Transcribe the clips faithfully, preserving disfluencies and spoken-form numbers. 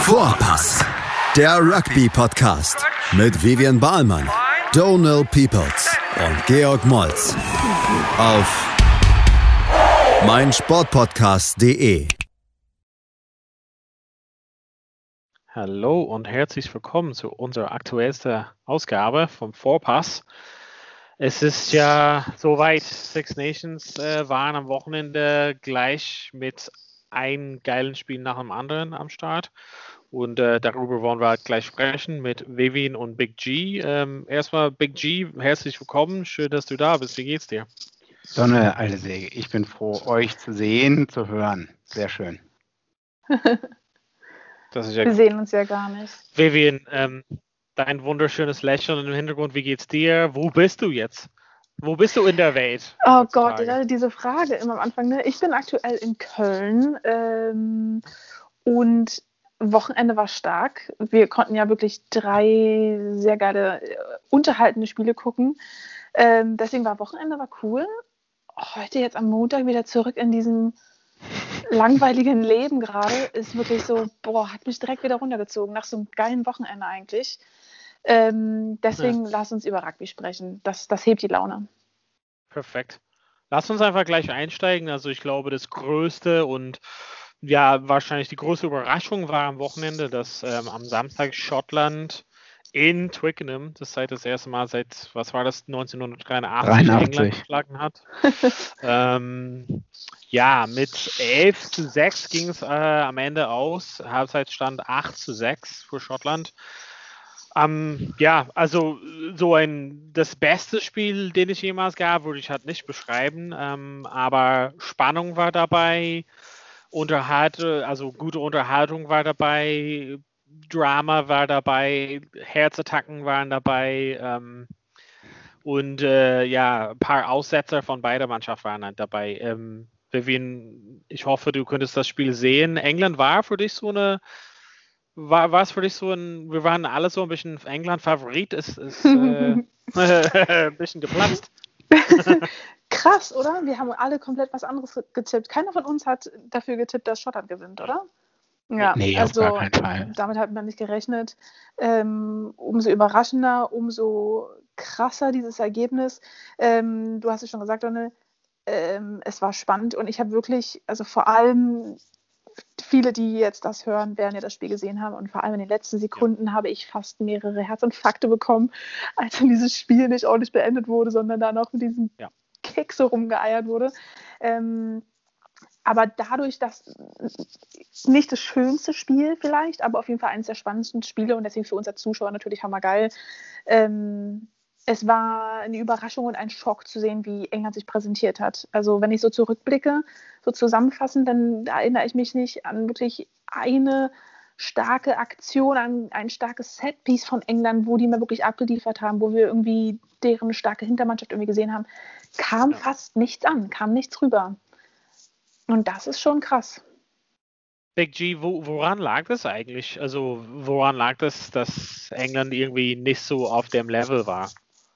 Vorpass, der Rugby-Podcast mit Vivian Bahlmann, Donald Peoples und Georg Moltz auf meinsportpodcast punkt de. Hallo und herzlich willkommen zu unserer aktuellsten Ausgabe vom Vorpass. Es ist ja soweit, Six Nations äh, waren am Wochenende gleich mit einem geilen Spiel nach dem anderen am Start. Und äh, darüber wollen wir gleich sprechen mit Vivian und Big G. Ähm, erstmal Big G, herzlich willkommen. Schön, dass du da bist. Wie geht's dir? Sonne, alte Säge. Ich bin froh, euch zu sehen, zu hören. Sehr schön. Das ist ja Wir gut. sehen uns ja gar nicht. Vivian, ähm, dein wunderschönes Lächeln im Hintergrund. Wie geht's dir? Wo bist du jetzt? Wo bist du in der Welt? Oh heutzutage? Gott, ich hatte diese Frage immer am Anfang. Ne? Ich bin aktuell in Köln ähm, und Wochenende war stark. Wir konnten ja wirklich drei sehr geile, äh, unterhaltende Spiele gucken. Ähm, deswegen war Wochenende war cool. Heute jetzt am Montag wieder zurück in diesem langweiligen Leben gerade. Ist wirklich so, boah, hat mich direkt wieder runtergezogen. Nach so einem geilen Wochenende eigentlich. Ähm, deswegen Ja. lass uns über Rugby sprechen. Das, das hebt die Laune. Perfekt. Lass uns einfach gleich einsteigen. Also ich glaube, das größte und ja, wahrscheinlich die größte Überraschung war am Wochenende, dass ähm, am Samstag Schottland in Twickenham, das seit das erste Mal seit, was war das, neunzehnhundertdreiundachtzig dreiundachtzig England geschlagen hat. ähm, ja, mit elf zu sechs ging es äh, am Ende aus. Halbzeitstand acht zu sechs für Schottland. Um, ja, also so ein das beste Spiel, den ich jemals gab, würde ich halt nicht beschreiben, ähm, aber Spannung war dabei, Unterhalt, also gute Unterhaltung war dabei, Drama war dabei, Herzattacken waren dabei ähm, und äh, ja, ein paar Aussetzer von beider Mannschaft waren halt dabei. Ähm, Vivian, ich hoffe, du könntest das Spiel sehen. England war für dich so eine War, war es für dich so ein, wir waren alle so ein bisschen England-Favorit, ist, ist äh, ein bisschen geplatzt. Krass, oder? Wir haben alle komplett was anderes getippt. Keiner von uns hat dafür getippt, dass Schottland gewinnt, oder? Ja, Nee, also auf gar keinen Fall. damit hat man nicht gerechnet. Ähm, umso überraschender, umso krasser dieses Ergebnis. Ähm, du hast es schon gesagt, Donne, ähm, es war spannend und ich habe wirklich, also vor allem viele, die jetzt das hören, werden ja das Spiel gesehen haben und vor allem in den letzten Sekunden ja. habe ich fast mehrere Herzinfarkte bekommen, als dann dieses Spiel nicht ordentlich beendet wurde, sondern da noch mit diesem ja. Kick so rumgeeiert wurde. Ähm, aber dadurch, dass nicht das schönste Spiel vielleicht, aber auf jeden Fall eines der spannendsten Spiele und deswegen für uns als Zuschauer natürlich hammergeil. Ähm, es war eine Überraschung und ein Schock zu sehen, wie England sich präsentiert hat. Also wenn ich so zurückblicke, so zusammenfassend, dann erinnere ich mich nicht an wirklich eine starke Aktion, an ein starkes Setpiece von England, wo die mir wirklich abgeliefert haben, wo wir irgendwie deren starke Hintermannschaft irgendwie gesehen haben. Kam ja. fast nichts an, kam nichts rüber. Und das ist schon krass. Big G, wo, woran lag das eigentlich? Also woran lag das, dass England irgendwie nicht so auf dem Level war?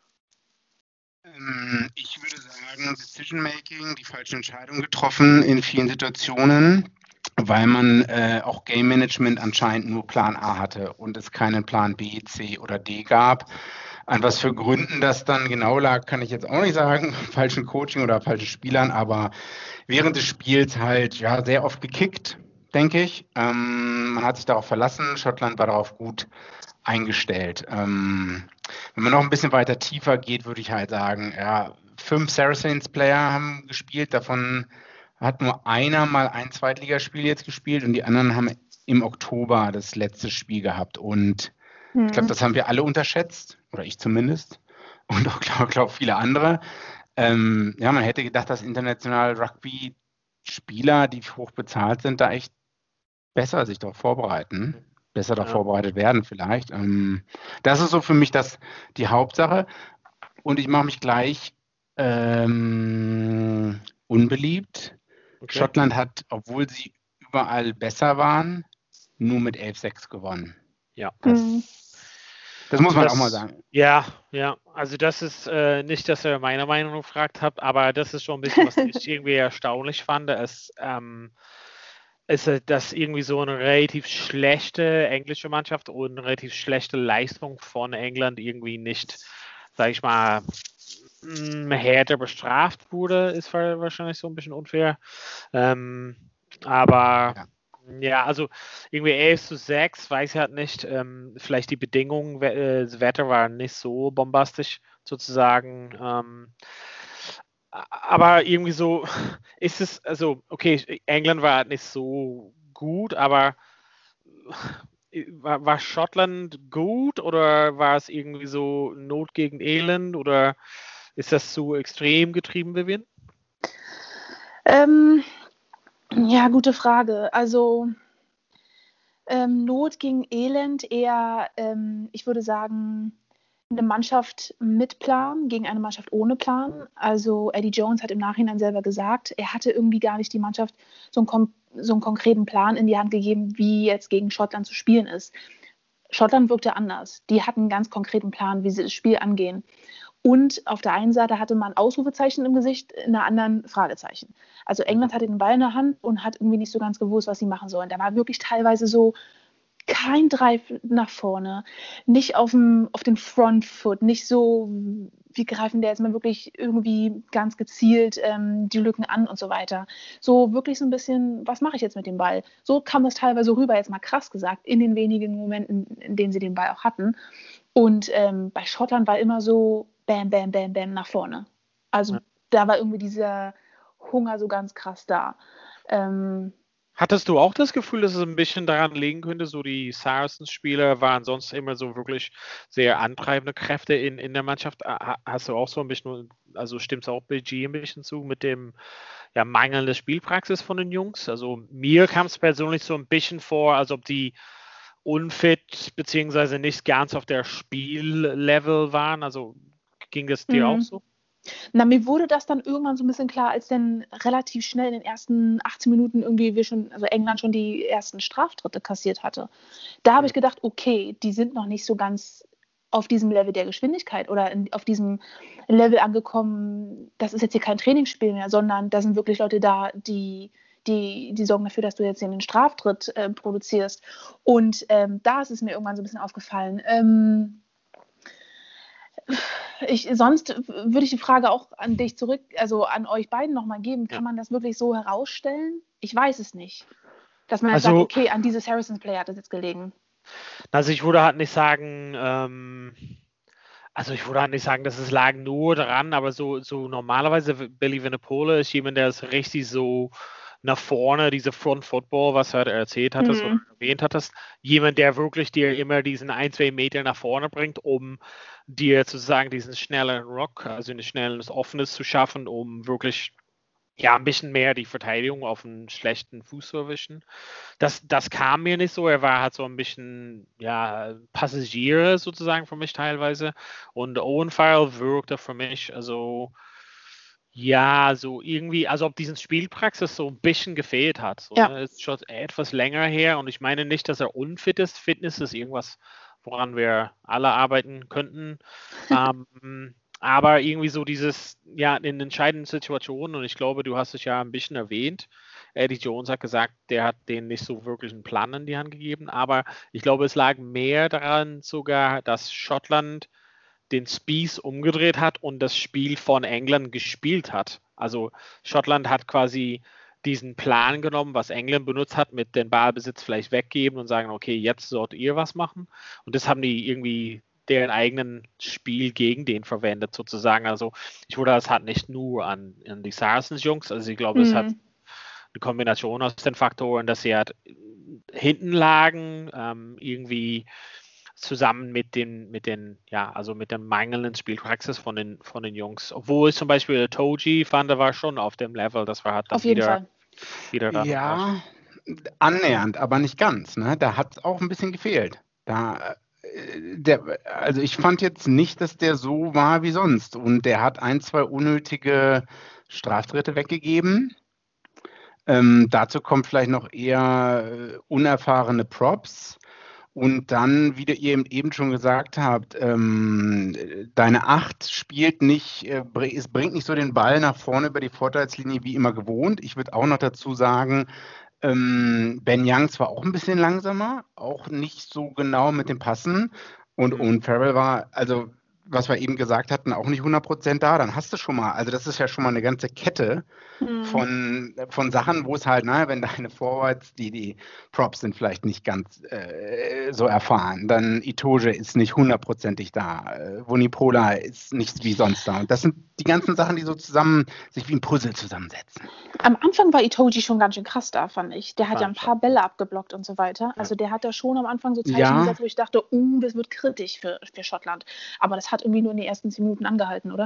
Ich würde sagen, Decision Making, die falschen Entscheidungen getroffen in vielen Situationen, weil man äh, auch Game Management anscheinend nur Plan A hatte und es keinen Plan B, C oder D gab. An was für Gründen das dann genau lag, kann ich jetzt auch nicht sagen, falschen Coaching oder falschen Spielern, aber während des Spiels halt ja sehr oft gekickt, denke ich. Ähm, man hat sich darauf verlassen, Schottland war darauf gut eingestellt. Ähm, wenn man noch ein bisschen weiter tiefer geht, würde ich halt sagen, ja, fünf Saracens-Player haben gespielt, davon hat nur einer mal ein Zweitligaspiel jetzt gespielt und die anderen haben im Oktober das letzte Spiel gehabt und hm. ich glaube, das haben wir alle unterschätzt, oder ich zumindest und auch, glaube glaub, viele andere. Ähm, ja, man hätte gedacht, dass international Rugby-Spieler, die hoch bezahlt sind, da echt besser sich darauf vorbereiten. besser da ja. vorbereitet werden vielleicht. Ähm, das ist so für mich das, die Hauptsache. Und ich mache mich gleich ähm, unbeliebt. Okay. Schottland hat, obwohl sie überall besser waren, nur mit elf sechs gewonnen. Ja. Das, mhm. das muss man das, auch mal sagen. Ja, ja. Also das ist äh, nicht, dass ihr meine Meinung gefragt habt, aber das ist schon ein bisschen, was ich irgendwie erstaunlich fand. Es, ähm, ist das irgendwie so eine relativ schlechte englische Mannschaft und eine relativ schlechte Leistung von England irgendwie nicht, sag ich mal, härter bestraft wurde, ist wahrscheinlich so ein bisschen unfair. Ähm, aber ja. ja, also irgendwie elf zu sechs, weiß ich halt nicht. Ähm, vielleicht die Bedingungen, das Wetter war nicht so bombastisch sozusagen. Ähm, aber irgendwie so ist es, also okay, England war halt nicht so gut, aber war, war Schottland gut oder war es irgendwie so Not gegen Elend oder ist das so extrem getrieben, Vivian? Ähm, ja, gute Frage. Also ähm, Not gegen Elend eher, ähm, ich würde sagen, eine Mannschaft mit Plan gegen eine Mannschaft ohne Plan. Also Eddie Jones hat im Nachhinein selber gesagt, er hatte irgendwie gar nicht die Mannschaft so einen, so einen konkreten Plan in die Hand gegeben, wie jetzt gegen Schottland zu spielen ist. Schottland wirkte anders. Die hatten einen ganz konkreten Plan, wie sie das Spiel angehen. Und auf der einen Seite hatte man Ausrufezeichen im Gesicht, in der anderen Fragezeichen. Also England hatte den Ball in der Hand und hat irgendwie nicht so ganz gewusst, was sie machen sollen. Da war wirklich teilweise so kein Drive nach vorne, nicht auf dem, auf den Front Foot, nicht so, wir greifen der jetzt mal wirklich irgendwie ganz gezielt ähm, die Lücken an und so weiter. So wirklich so ein bisschen, was mache ich jetzt mit dem Ball? So kam das teilweise rüber, jetzt mal krass gesagt, in den wenigen Momenten, in denen sie den Ball auch hatten. Und ähm, bei Schottland war immer so bam, bam, bam, bam nach vorne. Also ja. Da war irgendwie dieser Hunger so ganz krass da. Ähm, Hattest du auch das Gefühl, dass es ein bisschen daran liegen könnte, so die Saracens-Spieler waren sonst immer so wirklich sehr antreibende Kräfte in, in der Mannschaft? Hast du auch so ein bisschen, also stimmt es auch bei G ein bisschen zu mit dem ja, mangelnden Spielpraxis von den Jungs? Also mir kam es persönlich so ein bisschen vor, als ob die unfit beziehungsweise nicht ganz auf der Spiellevel waren. Also ging das dir mhm. auch so? Na, mir wurde das dann irgendwann so ein bisschen klar, als dann relativ schnell in den ersten achtzehn Minuten irgendwie wir schon, also England schon die ersten Straftritte kassiert hatte. Da habe ich gedacht, okay, die sind noch nicht so ganz auf diesem Level der Geschwindigkeit oder in, auf diesem Level angekommen, das ist jetzt hier kein Trainingsspiel mehr, sondern da sind wirklich Leute da, die, die, die sorgen dafür, dass du jetzt hier einen Straftritt äh, produzierst. Und ähm, da ist es mir irgendwann so ein bisschen aufgefallen. Ähm, Ich, sonst würde ich die Frage auch an dich zurück, also an euch beiden nochmal geben. Kann man das wirklich so herausstellen? Ich weiß es nicht. Dass man also, sagt, okay, an diese Saracens-Player hat es jetzt gelegen. Also ich würde halt nicht sagen, ähm, also ich würde halt nicht sagen, dass es lag nur daran, aber so, so normalerweise Billy Vunipola ist jemand, der ist richtig so nach vorne, diese Front Football, was du halt erzählt hattest mhm. oder erwähnt hattest, jemand, der wirklich dir immer diesen ein, zwei Meter nach vorne bringt, um dir sozusagen diesen schnellen Rock, also ein schnelles Offenes zu schaffen, um wirklich ja ein bisschen mehr die Verteidigung auf einen schlechten Fuß zu erwischen. Das, das kam mir nicht so, er war halt so ein bisschen ja Passagier sozusagen für mich teilweise und Owen Farrell wirkte für mich also ja, so irgendwie, also ob diesen Spielpraxis so ein bisschen gefehlt hat. So, ja. Ne? Ist schon etwas länger her und ich meine nicht, dass er unfit ist. Fitness ist irgendwas, woran wir alle arbeiten könnten. ähm, aber irgendwie so dieses, ja, in entscheidenden Situationen und ich glaube, du hast es ja ein bisschen erwähnt. Eddie Jones hat gesagt, der hat denen nicht so wirklich einen Plan in die Hand gegeben, aber ich glaube, es lag mehr daran sogar, dass Schottland den Spieß umgedreht hat und das Spiel von England gespielt hat. Also Schottland hat quasi diesen Plan genommen, was England benutzt hat, mit dem Ballbesitz vielleicht weggeben und sagen, okay, jetzt sollt ihr was machen. Und das haben die irgendwie deren eigenen Spiel gegen den verwendet, sozusagen. Also ich würde das halt nicht nur an, an die Saracens-Jungs, also ich glaube, mhm. es hat eine Kombination aus den Faktoren, dass sie halt hinten lagen, ähm, irgendwie zusammen mit den, mit den, ja, also mit der mangelnden Spielpraxis von den, von den Jungs. Obwohl zum Beispiel Toji fand, der war schon auf dem Level, das war halt dann auf jeden wieder, Fall. wieder dann ja, annähernd, aber nicht ganz. Ne? Da hat es auch ein bisschen gefehlt. Da, der, also ich fand jetzt nicht, dass der so war wie sonst. Und der hat ein, zwei unnötige Straftritte weggegeben. Ähm, dazu kommt vielleicht noch eher unerfahrene Props. Und dann, wie ihr eben schon gesagt habt, ähm, deine Acht spielt nicht, äh, es bringt nicht so den Ball nach vorne über die Vorteilslinie wie immer gewohnt. Ich würde auch noch dazu sagen, Ähm, Ben Youngs war auch ein bisschen langsamer, auch nicht so genau mit dem Passen. Und Mhm. Owen Farrell war, also was wir eben gesagt hatten, auch nicht hundert Prozent da. Dann hast du schon mal, also das ist ja schon mal eine ganze Kette Mhm. von, von Sachen, wo es halt, ne, wenn deine Forwards, die, die Props sind vielleicht nicht ganz äh, so erfahren, dann Itoje ist nicht hundertprozentig da, äh, Vunipola ist nicht wie sonst da. Und das sind die ganzen Sachen, die so zusammen, sich wie ein Puzzle zusammensetzen. Am Anfang war Itoje schon ganz schön krass da, fand ich. Der hat ja ein Fand paar ich. Bälle abgeblockt und so weiter. Also der hat da schon am Anfang so Zeichen Ja. gesetzt, wo ich dachte, uh, das wird kritisch für, für Schottland. Aber das hat irgendwie nur in den ersten zehn Minuten angehalten, oder?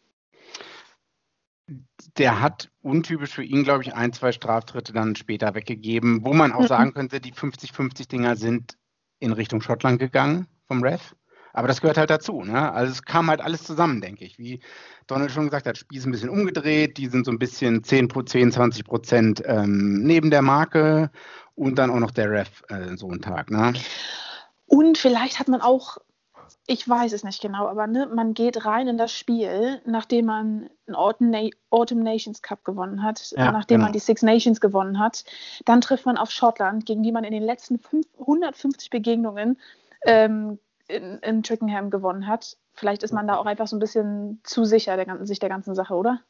Der hat untypisch für ihn, glaube ich, ein, zwei Straftritte dann später weggegeben, wo man auch Mhm. sagen könnte, die fünfzig fünfzig Dinger sind in Richtung Schottland gegangen vom Ref. Aber das gehört halt dazu. Ne? Also es kam halt alles zusammen, denke ich. Wie Donald schon gesagt hat, Spiel ist ein bisschen umgedreht, die sind so ein bisschen zehn, zwanzig Prozent ähm, neben der Marke und dann auch noch der Ref äh, so einen Tag. Ne? Und vielleicht hat man auch, ich weiß es nicht genau, aber ne, man geht rein in das Spiel, nachdem man einen Autumn, Na- Autumn Nations Cup gewonnen hat, Ja, nachdem genau. man die Six Nations gewonnen hat. Dann trifft man auf Schottland, gegen die man in den letzten fünf, hundertfünfzig Begegnungen ähm, in, in Twickenham gewonnen hat. Vielleicht ist man da auch einfach so ein bisschen zu sicher der ganzen, sich der ganzen Sache, oder?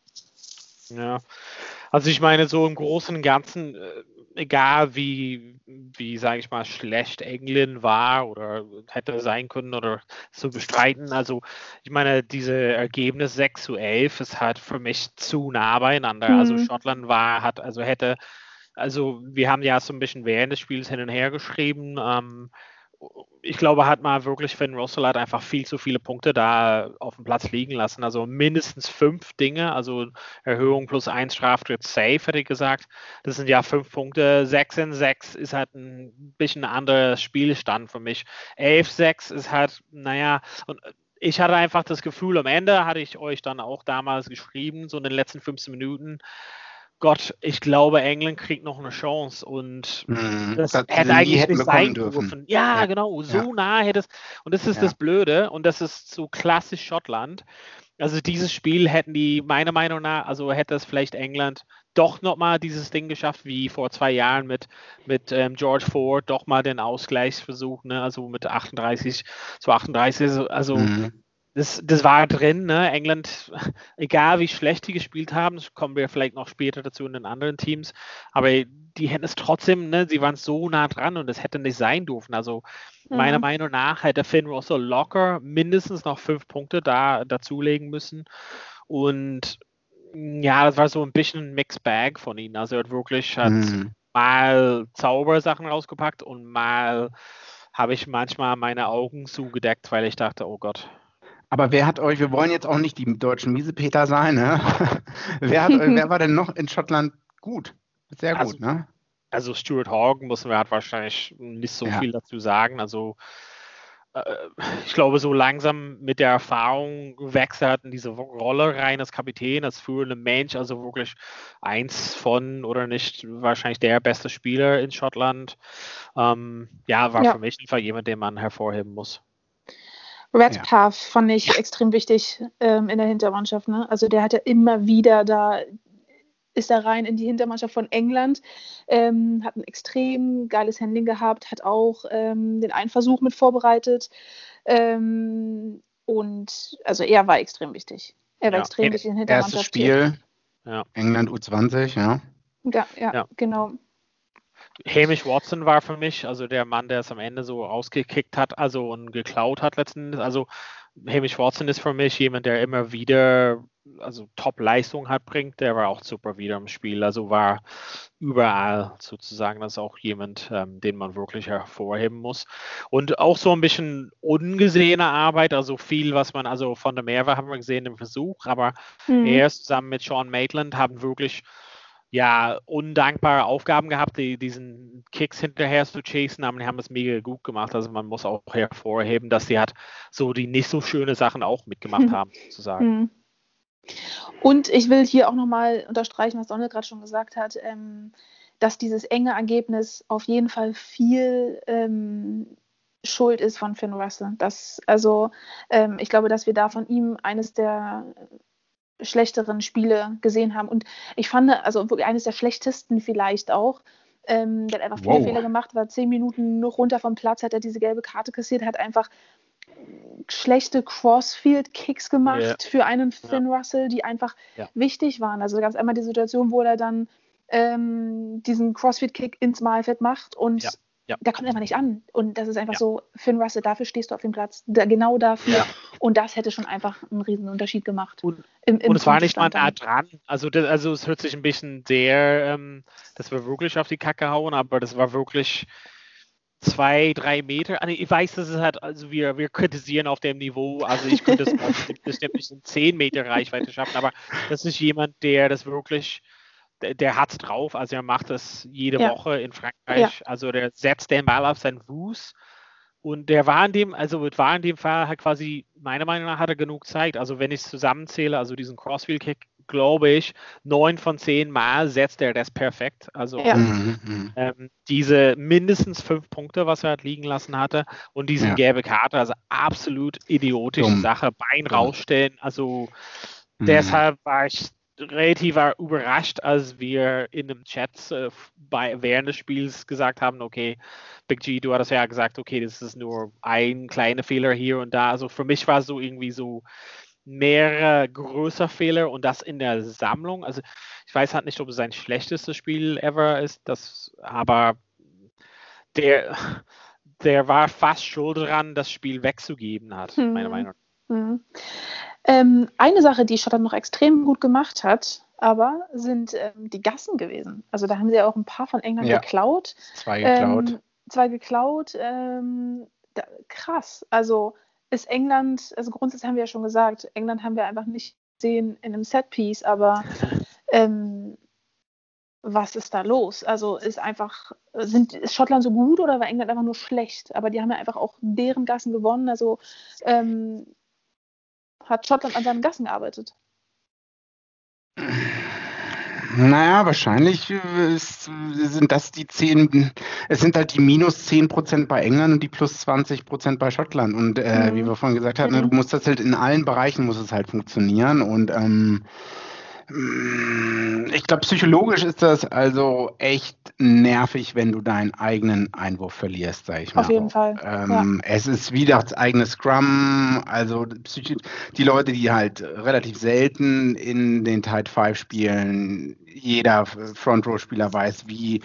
Ja, also ich meine, so im Großen und Ganzen, äh, egal wie, wie sage ich mal, schlecht England war oder hätte sein können oder zu bestreiten, also ich meine, diese Ergebnis sechs zu elf ist halt für mich zu nah beieinander. Mhm. Also Schottland war, hat, also hätte, also wir haben ja so ein bisschen während des Spiels hin und her geschrieben, ähm, ich glaube, hat mal wirklich Finn Russell hat einfach viel zu viele Punkte da auf dem Platz liegen lassen. Also mindestens fünf Dinge, also Erhöhung plus eins Straftritt safe, hätte ich gesagt. Das sind ja fünf Punkte. sechs in sechs ist halt ein bisschen ein anderer Spielstand für mich. elf sechs ist halt, naja, und ich hatte einfach das Gefühl, am Ende hatte ich euch dann auch damals geschrieben, so in den letzten fünfzehn Minuten, Gott, ich glaube, England kriegt noch eine Chance und Mhm. das Das, die hätte sie nie eigentlich hätten nicht bekommen sein dürfen. dürfen. Ja, Ja. genau, so Ja. nah hätte es. Und das ist Ja. das Blöde und das ist so klassisch Schottland. Also dieses Spiel hätten die, meiner Meinung nach, also hätte es vielleicht England doch nochmal dieses Ding geschafft, wie vor zwei Jahren mit, mit ähm, George Ford, doch mal den Ausgleichsversuch, ne? Also mit achtunddreißig zu achtunddreißig, also Mhm. das, das war drin, ne? England, egal wie schlecht die gespielt haben, das kommen wir vielleicht noch später dazu in den anderen Teams, aber die hätten es trotzdem, ne? Sie waren so nah dran und es hätte nicht sein dürfen. Also meiner Mhm. Meinung nach hätte Finn Russell locker mindestens noch fünf Punkte da dazulegen müssen. Und ja, das war so ein bisschen ein Mixed Bag von ihnen. Also er hat wirklich hat Mhm. mal Zaubersachen rausgepackt und mal habe ich manchmal meine Augen zugedeckt, weil ich dachte, oh Gott. Aber wer hat euch, wir wollen jetzt auch nicht die deutschen Miesepeter sein, ne? wer, hat, wer war denn noch in Schottland gut? Sehr Also, gut, ne? also Stuart Hogg müssen wir halt wahrscheinlich nicht so Ja. viel dazu sagen. Also äh, ich glaube, so langsam mit der Erfahrung wächst er halt in diese Rolle rein als Kapitän, als führender Mensch, also wirklich eins von oder nicht wahrscheinlich der beste Spieler in Schottland. Ähm, ja, war Ja. für mich einfach jemand, den man hervorheben muss. Redpath fand ich extrem wichtig ähm, in der Hintermannschaft. Ne? Also der hat ja immer wieder da, ist er rein in die Hintermannschaft von England, ähm, hat ein extrem geiles Handling gehabt, hat auch ähm, den einen Versuch mit vorbereitet. Ähm, und also er war extrem wichtig. Er war Ja. extrem wichtig in der Erstes Hintermannschaft. Spiel, Ja. England U zwanzig, ja. Ja, ja, Ja. genau. Hamish Watson war für mich, also der Mann, der es am Ende so rausgekickt hat, also und geklaut hat letzten Endes. Also Hamish Watson ist für mich jemand, der immer wieder, also Top-Leistung hat bringt. Der war auch super wieder im Spiel, also war überall sozusagen. Das ist auch jemand, ähm, den man wirklich hervorheben muss. Und auch so ein bisschen ungesehene Arbeit, also viel, was man, also von der Mehrwe haben wir gesehen im Versuch, aber Mhm. er zusammen mit Sean Maitland haben wirklich ja, undankbare Aufgaben gehabt, die, diesen Kicks hinterher zu chasen, aber die haben es mega gut gemacht. Also man muss auch hervorheben, dass die halt so die nicht so schöne Sachen auch mitgemacht haben, sozusagen. Mhm. Und ich will hier auch nochmal unterstreichen, was Donald gerade schon gesagt hat, ähm, dass dieses enge Ergebnis auf jeden Fall viel ähm, Schuld ist von Finn Russell. Das, also ähm, ich glaube, dass wir da von ihm eines der schlechteren Spiele gesehen haben. Und ich fand, also wirklich eines der schlechtesten vielleicht auch, Ähm, der hat einfach viele Wow. Fehler gemacht, war zehn Minuten noch runter vom Platz, hat er diese gelbe Karte kassiert, hat einfach schlechte Crossfield-Kicks gemacht Ja. für einen Finn Russell, die einfach Ja. wichtig waren. Also da gab es einmal die Situation, wo er dann ähm, diesen Crossfield-Kick ins Mahlfeld macht und Ja. Ja. der kommt einfach nicht an. Und das ist einfach Ja. so, Finn Russell, dafür stehst du auf dem Platz, da, genau dafür. Ja. Und das hätte schon einfach einen riesen Unterschied gemacht. Und, Im, im und es war nicht mal Punktestand nah dann. dran. Also, das, also es hört sich ein bisschen sehr, ähm, dass wir wirklich auf die Kacke hauen, aber das war wirklich zwei, drei Meter. Also ich weiß, dass es halt, also wir, wir kritisieren auf dem Niveau, also ich könnte es auch bestimmt nicht in zehn Meter Reichweite schaffen, aber das ist jemand, der das wirklich, der, der hat es drauf, also er macht das jede Ja. Woche in Frankreich, also der setzt den Ball auf seinen Fuß und der war in dem, also es war in dem Fall halt quasi, meiner Meinung nach hat er genug Zeit, also wenn ich es zusammenzähle, also diesen Crossfield-Kick, glaube ich, neun von zehn Mal setzt er das perfekt. Also Ja. Mhm. ähm, diese mindestens fünf Punkte, was er halt liegen lassen hatte und diese Ja. gelbe Karte, also absolut idiotische Dumm. Sache, Bein Dumm. rausstellen. Also Mhm. deshalb war ich relativ überrascht, als wir in dem Chat äh, bei, während des Spiels gesagt haben, okay, Big G, du hattest ja gesagt, okay, das ist nur ein kleiner Fehler hier und da. Also für mich war es so irgendwie so mehrere größere Fehler und das in der Sammlung. Also ich weiß halt nicht, ob es sein schlechtestes Spiel ever ist, das, aber der, der war fast schuld daran, das Spiel wegzugeben hat, Hm. meiner Meinung nach. Mhm. Ähm, eine Sache, die Schottland noch extrem gut gemacht hat, aber sind ähm, die Gassen gewesen. Also da haben sie ja auch ein paar von England Ja. geklaut. Zwei geklaut. Ähm, zwei geklaut. Ähm, da, krass. Also ist England, also grundsätzlich haben wir ja schon gesagt, England haben wir einfach nicht gesehen in einem Setpiece, aber ähm, was ist da los? Also ist einfach, sind, ist Schottland so gut oder war England einfach nur schlecht? Aber die haben ja einfach auch deren Gassen gewonnen. Also ähm, hat Schottland an seinen Gassen gearbeitet. Naja, wahrscheinlich äh, ist, sind das die zehn, es sind halt die minus zehn Prozent bei England und die plus zwanzig Prozent bei Schottland. Und äh, Mhm. wie wir vorhin gesagt hatten, ne, Mhm. du musst das halt in allen Bereichen muss es halt funktionieren. Und ähm, ich glaube, psychologisch ist das also echt nervig, wenn du deinen eigenen Einwurf verlierst, sage ich mal. Auf jeden so. Fall. Ähm, Es ist wieder das eigene Scrum, also psychi- die Leute, die halt relativ selten in den Tide fünf spielen, jeder Front Row Spieler weiß, wie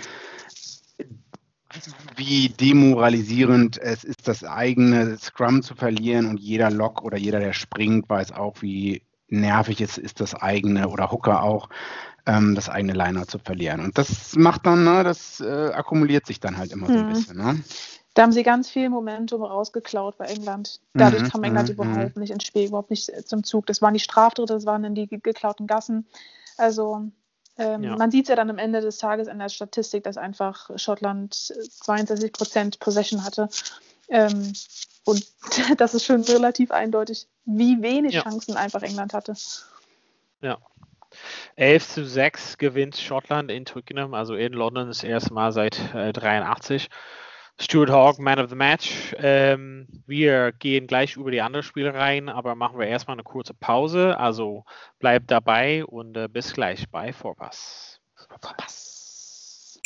wie demoralisierend es ist, das eigene Scrum zu verlieren und jeder Lock oder jeder, der springt, weiß auch, wie nervig es ist, das eigene oder Hooker auch, ähm, das eigene Liner zu verlieren. Und das macht dann, ne, das äh, akkumuliert sich dann halt immer so ein Mhm. bisschen. Ne? Da haben sie ganz viel Momentum rausgeklaut bei England. Dadurch Mhm, kam England mhm, überhaupt nicht ins Spiel, überhaupt nicht äh, zum Zug. Das waren die Straftritte, das waren dann die ge- geklauten Gassen. Also ähm, Ja. man sieht es ja dann am Ende des Tages in der Statistik, dass einfach Schottland äh, zweiundsechzig Prozent Possession hatte. Ähm, und das ist schon relativ eindeutig, wie wenig Ja. Chancen einfach England hatte. Ja. elf zu sechs gewinnt Schottland in Twickenham, also in London das erste Mal seit äh, dreiundachtzig. Stuart Hogg, Man of the Match. Ähm, wir gehen gleich über die anderen Spiele rein, aber machen wir erstmal eine kurze Pause. Also bleibt dabei und äh, bis gleich bei Vorpass. Vorpass.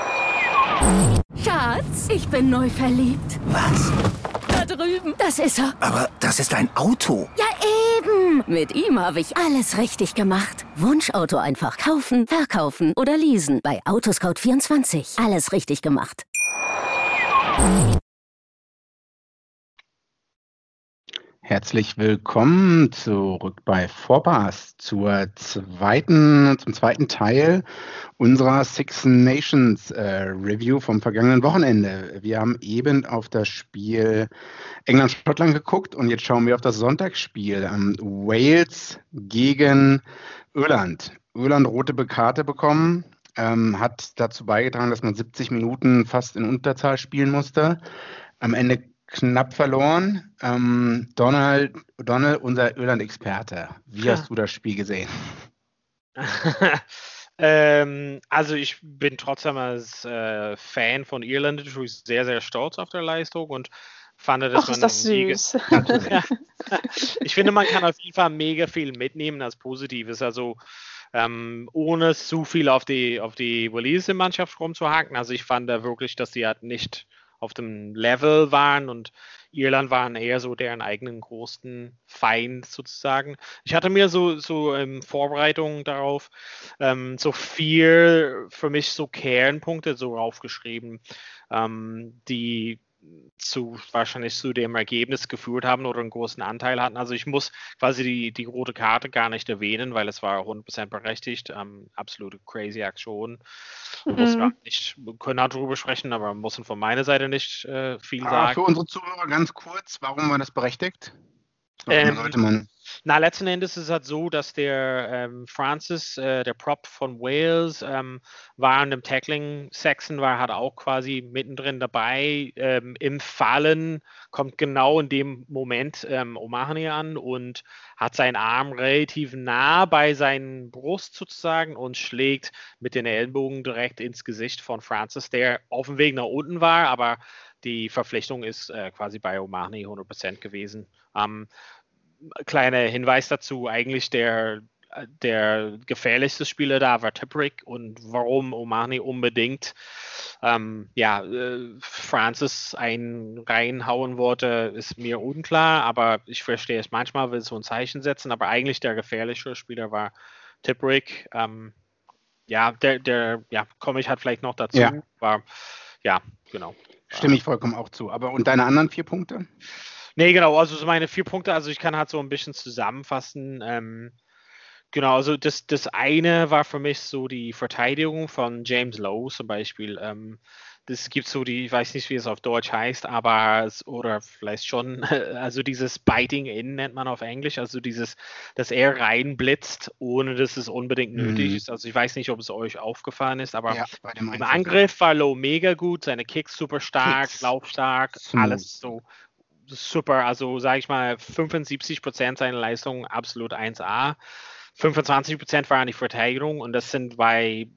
Schatz, ich bin neu verliebt. Was? Da drüben. Das ist er. Aber das ist ein Auto. Ja, eben. Mit ihm habe ich alles richtig gemacht. Wunschauto einfach kaufen, verkaufen oder leasen. Bei Autoscout vierundzwanzig. Alles richtig gemacht. Herzlich willkommen zurück bei Vorpass zur zweiten, zum zweiten Teil unserer Six Nations äh, Review vom vergangenen Wochenende. Wir haben eben auf das Spiel England-Schottland geguckt und jetzt schauen wir auf das Sonntagsspiel. Ähm, Wales gegen Irland. Irland rote Karte bekommen, ähm, hat dazu beigetragen, dass man siebzig Minuten fast in Unterzahl spielen musste. Am Ende knapp verloren. Ähm, Donald, Donald, unser Irland-Experte, wie hast du das Spiel gesehen? ähm, also ich bin trotzdem als äh, Fan von Irland natürlich sehr, sehr stolz auf der Leistung und fand, dass Ach, man ist das mega, süß. ja, ich finde, man kann auf jeden Fall mega viel mitnehmen als Positives. Also ähm, ohne zu viel auf die, auf die Walisien-Mannschaft rumzuhaken. Also ich fand da wirklich, dass sie halt nicht auf dem Level waren und Irland waren eher so deren eigenen großen Feind sozusagen. Ich hatte mir so, so in Vorbereitung darauf ähm, so vier für mich so Kernpunkte so aufgeschrieben, ähm, die zu wahrscheinlich zu dem Ergebnis geführt haben oder einen großen Anteil hatten. Also ich muss quasi die, die rote Karte gar nicht erwähnen, weil es war hundert Prozent berechtigt. Ähm, absolute crazy Aktion. Muss gar Mhm. nicht, wir können halt darüber sprechen, aber muss von meiner Seite nicht äh, viel Aber sagen. für unsere Zuhörer ganz kurz, warum war das berechtigt? Warum Ähm, sollte man? Na, letzten Endes ist es halt so, dass der ähm, Francis, äh, der Prop von Wales, ähm, war in dem Tackling-Section, war halt auch quasi mittendrin dabei. Ähm, Im Fallen kommt genau in dem Moment ähm, O'Mahony an und hat seinen Arm relativ nah bei seinen Brust sozusagen und schlägt mit den Ellenbogen direkt ins Gesicht von Francis, der auf dem Weg nach unten war, aber die Verpflichtung ist äh, quasi bei O'Mahony hundert Prozent gewesen. Ähm, Kleiner Hinweis dazu, eigentlich der, der gefährlichste Spieler da war Tipperick und warum O'Mahony unbedingt ähm, ja, äh, Francis einen reinhauen wollte, ist mir unklar, aber ich verstehe es manchmal, will so ein Zeichen setzen, aber eigentlich der gefährliche Spieler war Tipperick. Ähm, ja, der, der, ja, komme ich halt vielleicht noch dazu, Ja. war, ja, genau. Stimme ich vollkommen auch zu. Aber und deine anderen vier Punkte? Nee, genau, also so meine vier Punkte, also ich kann halt so ein bisschen zusammenfassen. Ähm, genau, also das, das eine war für mich so die Verteidigung von James Lowe zum Beispiel. Ähm, das gibt so die, ich weiß nicht, wie es auf Deutsch heißt, aber es, oder vielleicht schon, also dieses Biting in nennt man auf Englisch, also dieses, dass er reinblitzt, ohne dass es unbedingt nötig Mhm. ist. Also ich weiß nicht, ob es euch aufgefallen ist, aber Ja, bei dem im Einsatz. Angriff war Lowe mega gut, seine Kicks super stark, Kicks. laufstark, Smooth. alles so super, also sage ich mal, fünfundsiebzig Prozent seiner Leistung absolut eins A. fünfundzwanzig Prozent waren die Verteidigung und das sind bei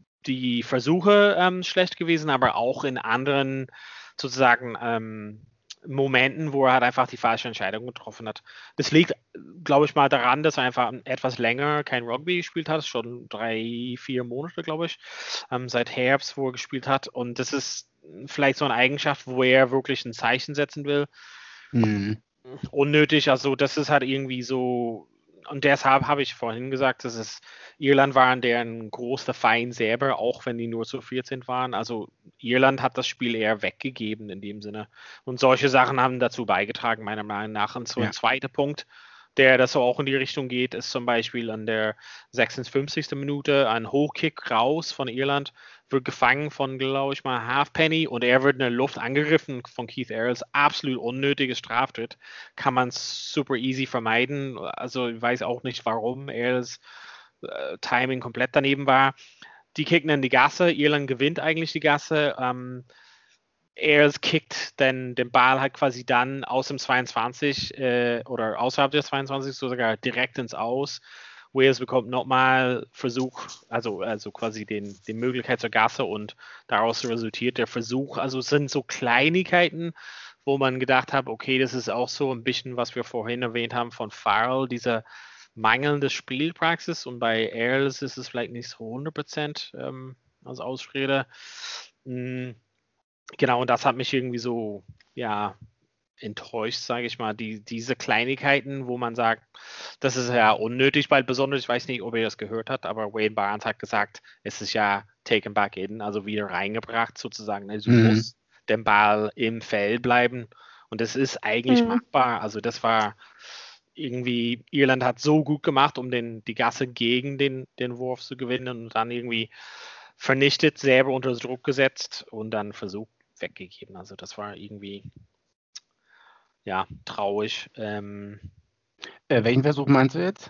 die Versuche ähm, schlecht gewesen, aber auch in anderen sozusagen ähm, Momenten, wo er halt einfach die falsche Entscheidung getroffen hat. Das liegt, glaube ich mal, daran, dass er einfach etwas länger kein Rugby gespielt hat, schon drei, vier Monate, glaube ich, ähm, seit Herbst, wo er gespielt hat. Und das ist vielleicht so eine Eigenschaft, wo er wirklich ein Zeichen setzen will. Mhm. Unnötig, also das ist halt irgendwie so, und deshalb habe ich vorhin gesagt, dass es Irland waren deren großer Feind selber, auch wenn die nur zu vierzehn waren. Also Irland hat das Spiel eher weggegeben in dem Sinne. Und solche Sachen haben dazu beigetragen, meiner Meinung nach. Und so ein Ja. zweiter Punkt, der das so auch in die Richtung geht, ist zum Beispiel an der sechsundfünfzigsten Minute ein Hochkick raus von Irland, wird gefangen von, glaube ich mal, Halfpenny und er wird in der Luft angegriffen von Keith Earls. Absolut unnötiges Straftritt. Kann man super easy vermeiden. Also ich weiß auch nicht, warum Earls äh, Timing komplett daneben war. Die kicken in die Gasse. Irland gewinnt eigentlich die Gasse. Ähm, Earls kickt dann den Ball halt quasi dann aus dem zweiundzwanzig äh, oder außerhalb des zweiundzwanzig sogar direkt ins Aus. Wales bekommt nochmal Versuch, also, also quasi den, die Möglichkeit zur Gasse und daraus resultiert der Versuch. Also es sind so Kleinigkeiten, wo man gedacht hat, okay, das ist auch so ein bisschen, was wir vorhin erwähnt haben von Farrell, diese mangelnde Spielpraxis und bei Earls ist es vielleicht nicht so hundert Prozent ähm, als Ausrede. Mhm. Genau, und das hat mich irgendwie so, ja, enttäuscht, sage ich mal. Die, diese Kleinigkeiten, wo man sagt, das ist ja unnötig, weil besonders, ich weiß nicht, ob ihr das gehört habt, aber Wayne Barnes hat gesagt, es ist ja taken back in, also wieder reingebracht sozusagen. Also Mhm. muss der Ball im Feld bleiben und das ist eigentlich Mhm. machbar. Also das war irgendwie, Irland hat so gut gemacht, um den, die Gasse gegen den, den Wurf zu gewinnen und dann irgendwie vernichtet, selber unter Druck gesetzt und dann versucht weggegeben. Also das war irgendwie, ja, traurig. Ähm, Äh, welchen Versuch meinst du jetzt?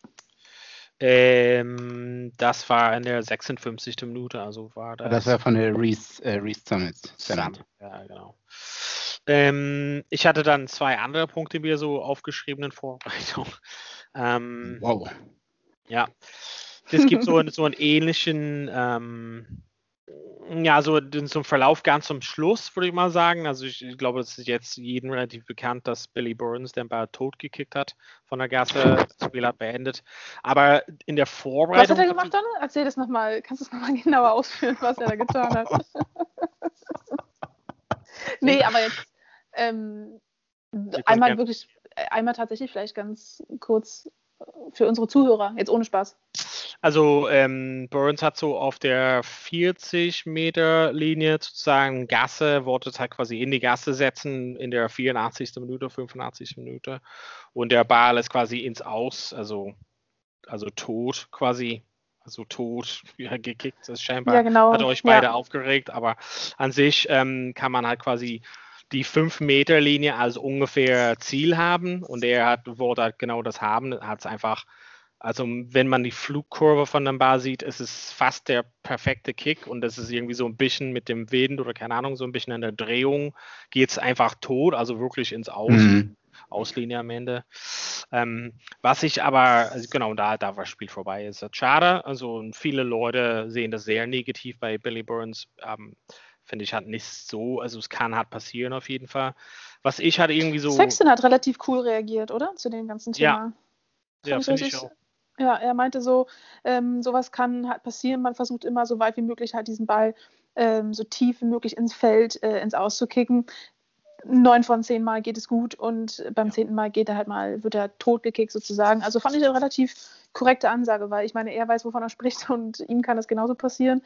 ähm, das war in der sechsundfünfzigsten Minute, also war das. Das war von der Reese, äh, Reese Summit. Summit, ja, genau. Ähm, ich hatte dann zwei andere Punkte mir so aufgeschrieben in Vorbereitung. Ähm, Wow. ja, es gibt so, einen- so einen ähnlichen ähm, Ja, also zum Verlauf ganz zum Schluss, würde ich mal sagen. Also ich, ich glaube, es ist jetzt jedem relativ bekannt, dass Billy Burns den Ball tot gekickt hat von der Gasse. Das Spiel hat beendet. Aber in der Vorbereitung... Was hat er gemacht, Donne? Erzähl das nochmal. Kannst du es nochmal genauer ausführen, was er da getan hat? Nee, aber jetzt ähm, einmal gerne. wirklich, einmal tatsächlich vielleicht ganz kurz für unsere Zuhörer, jetzt ohne Spaß. Also ähm, Burns hat so auf der vierzig Meter Linie sozusagen Gasse, wollte es halt quasi in die Gasse setzen in der vierundachtzigsten Minute, fünfundachtzigsten Minute und der Ball ist quasi ins Aus, also, also tot quasi, also tot ja, gekickt. Das scheinbar Ja, genau. hat euch beide Ja. aufgeregt, aber an sich ähm, kann man halt quasi die fünf Meter Linie als ungefähr Ziel haben und er hat, wollte halt genau das haben, hat es einfach. Also wenn man die Flugkurve von dem Ball sieht, ist es fast der perfekte Kick und das ist irgendwie so ein bisschen mit dem Wind oder keine Ahnung, so ein bisschen an der Drehung geht es einfach tot, also wirklich ins Aus, Mhm. Auslinie am Ende. Ähm, was ich aber, also genau, da, da war das Spiel vorbei, ist das schade. Also viele Leute sehen das sehr negativ bei Billy Burns. Ähm, Finde ich halt nicht so, also es kann halt passieren auf jeden Fall. Was ich halt irgendwie so... Sexton hat relativ cool reagiert, oder? Zu dem ganzen Ja. Thema. Ja, Fand finde ich richtig- auch. Ja, er meinte so, ähm, sowas kann halt passieren. Man versucht immer so weit wie möglich halt diesen Ball ähm, so tief wie möglich ins Feld, äh, ins Aus zu kicken. Neun von zehn Mal geht es gut und beim zehnten Mal geht er halt mal, wird er tot gekickt sozusagen. Also fand ich eine relativ korrekte Ansage, weil ich meine, er weiß, wovon er spricht und ihm kann das genauso passieren.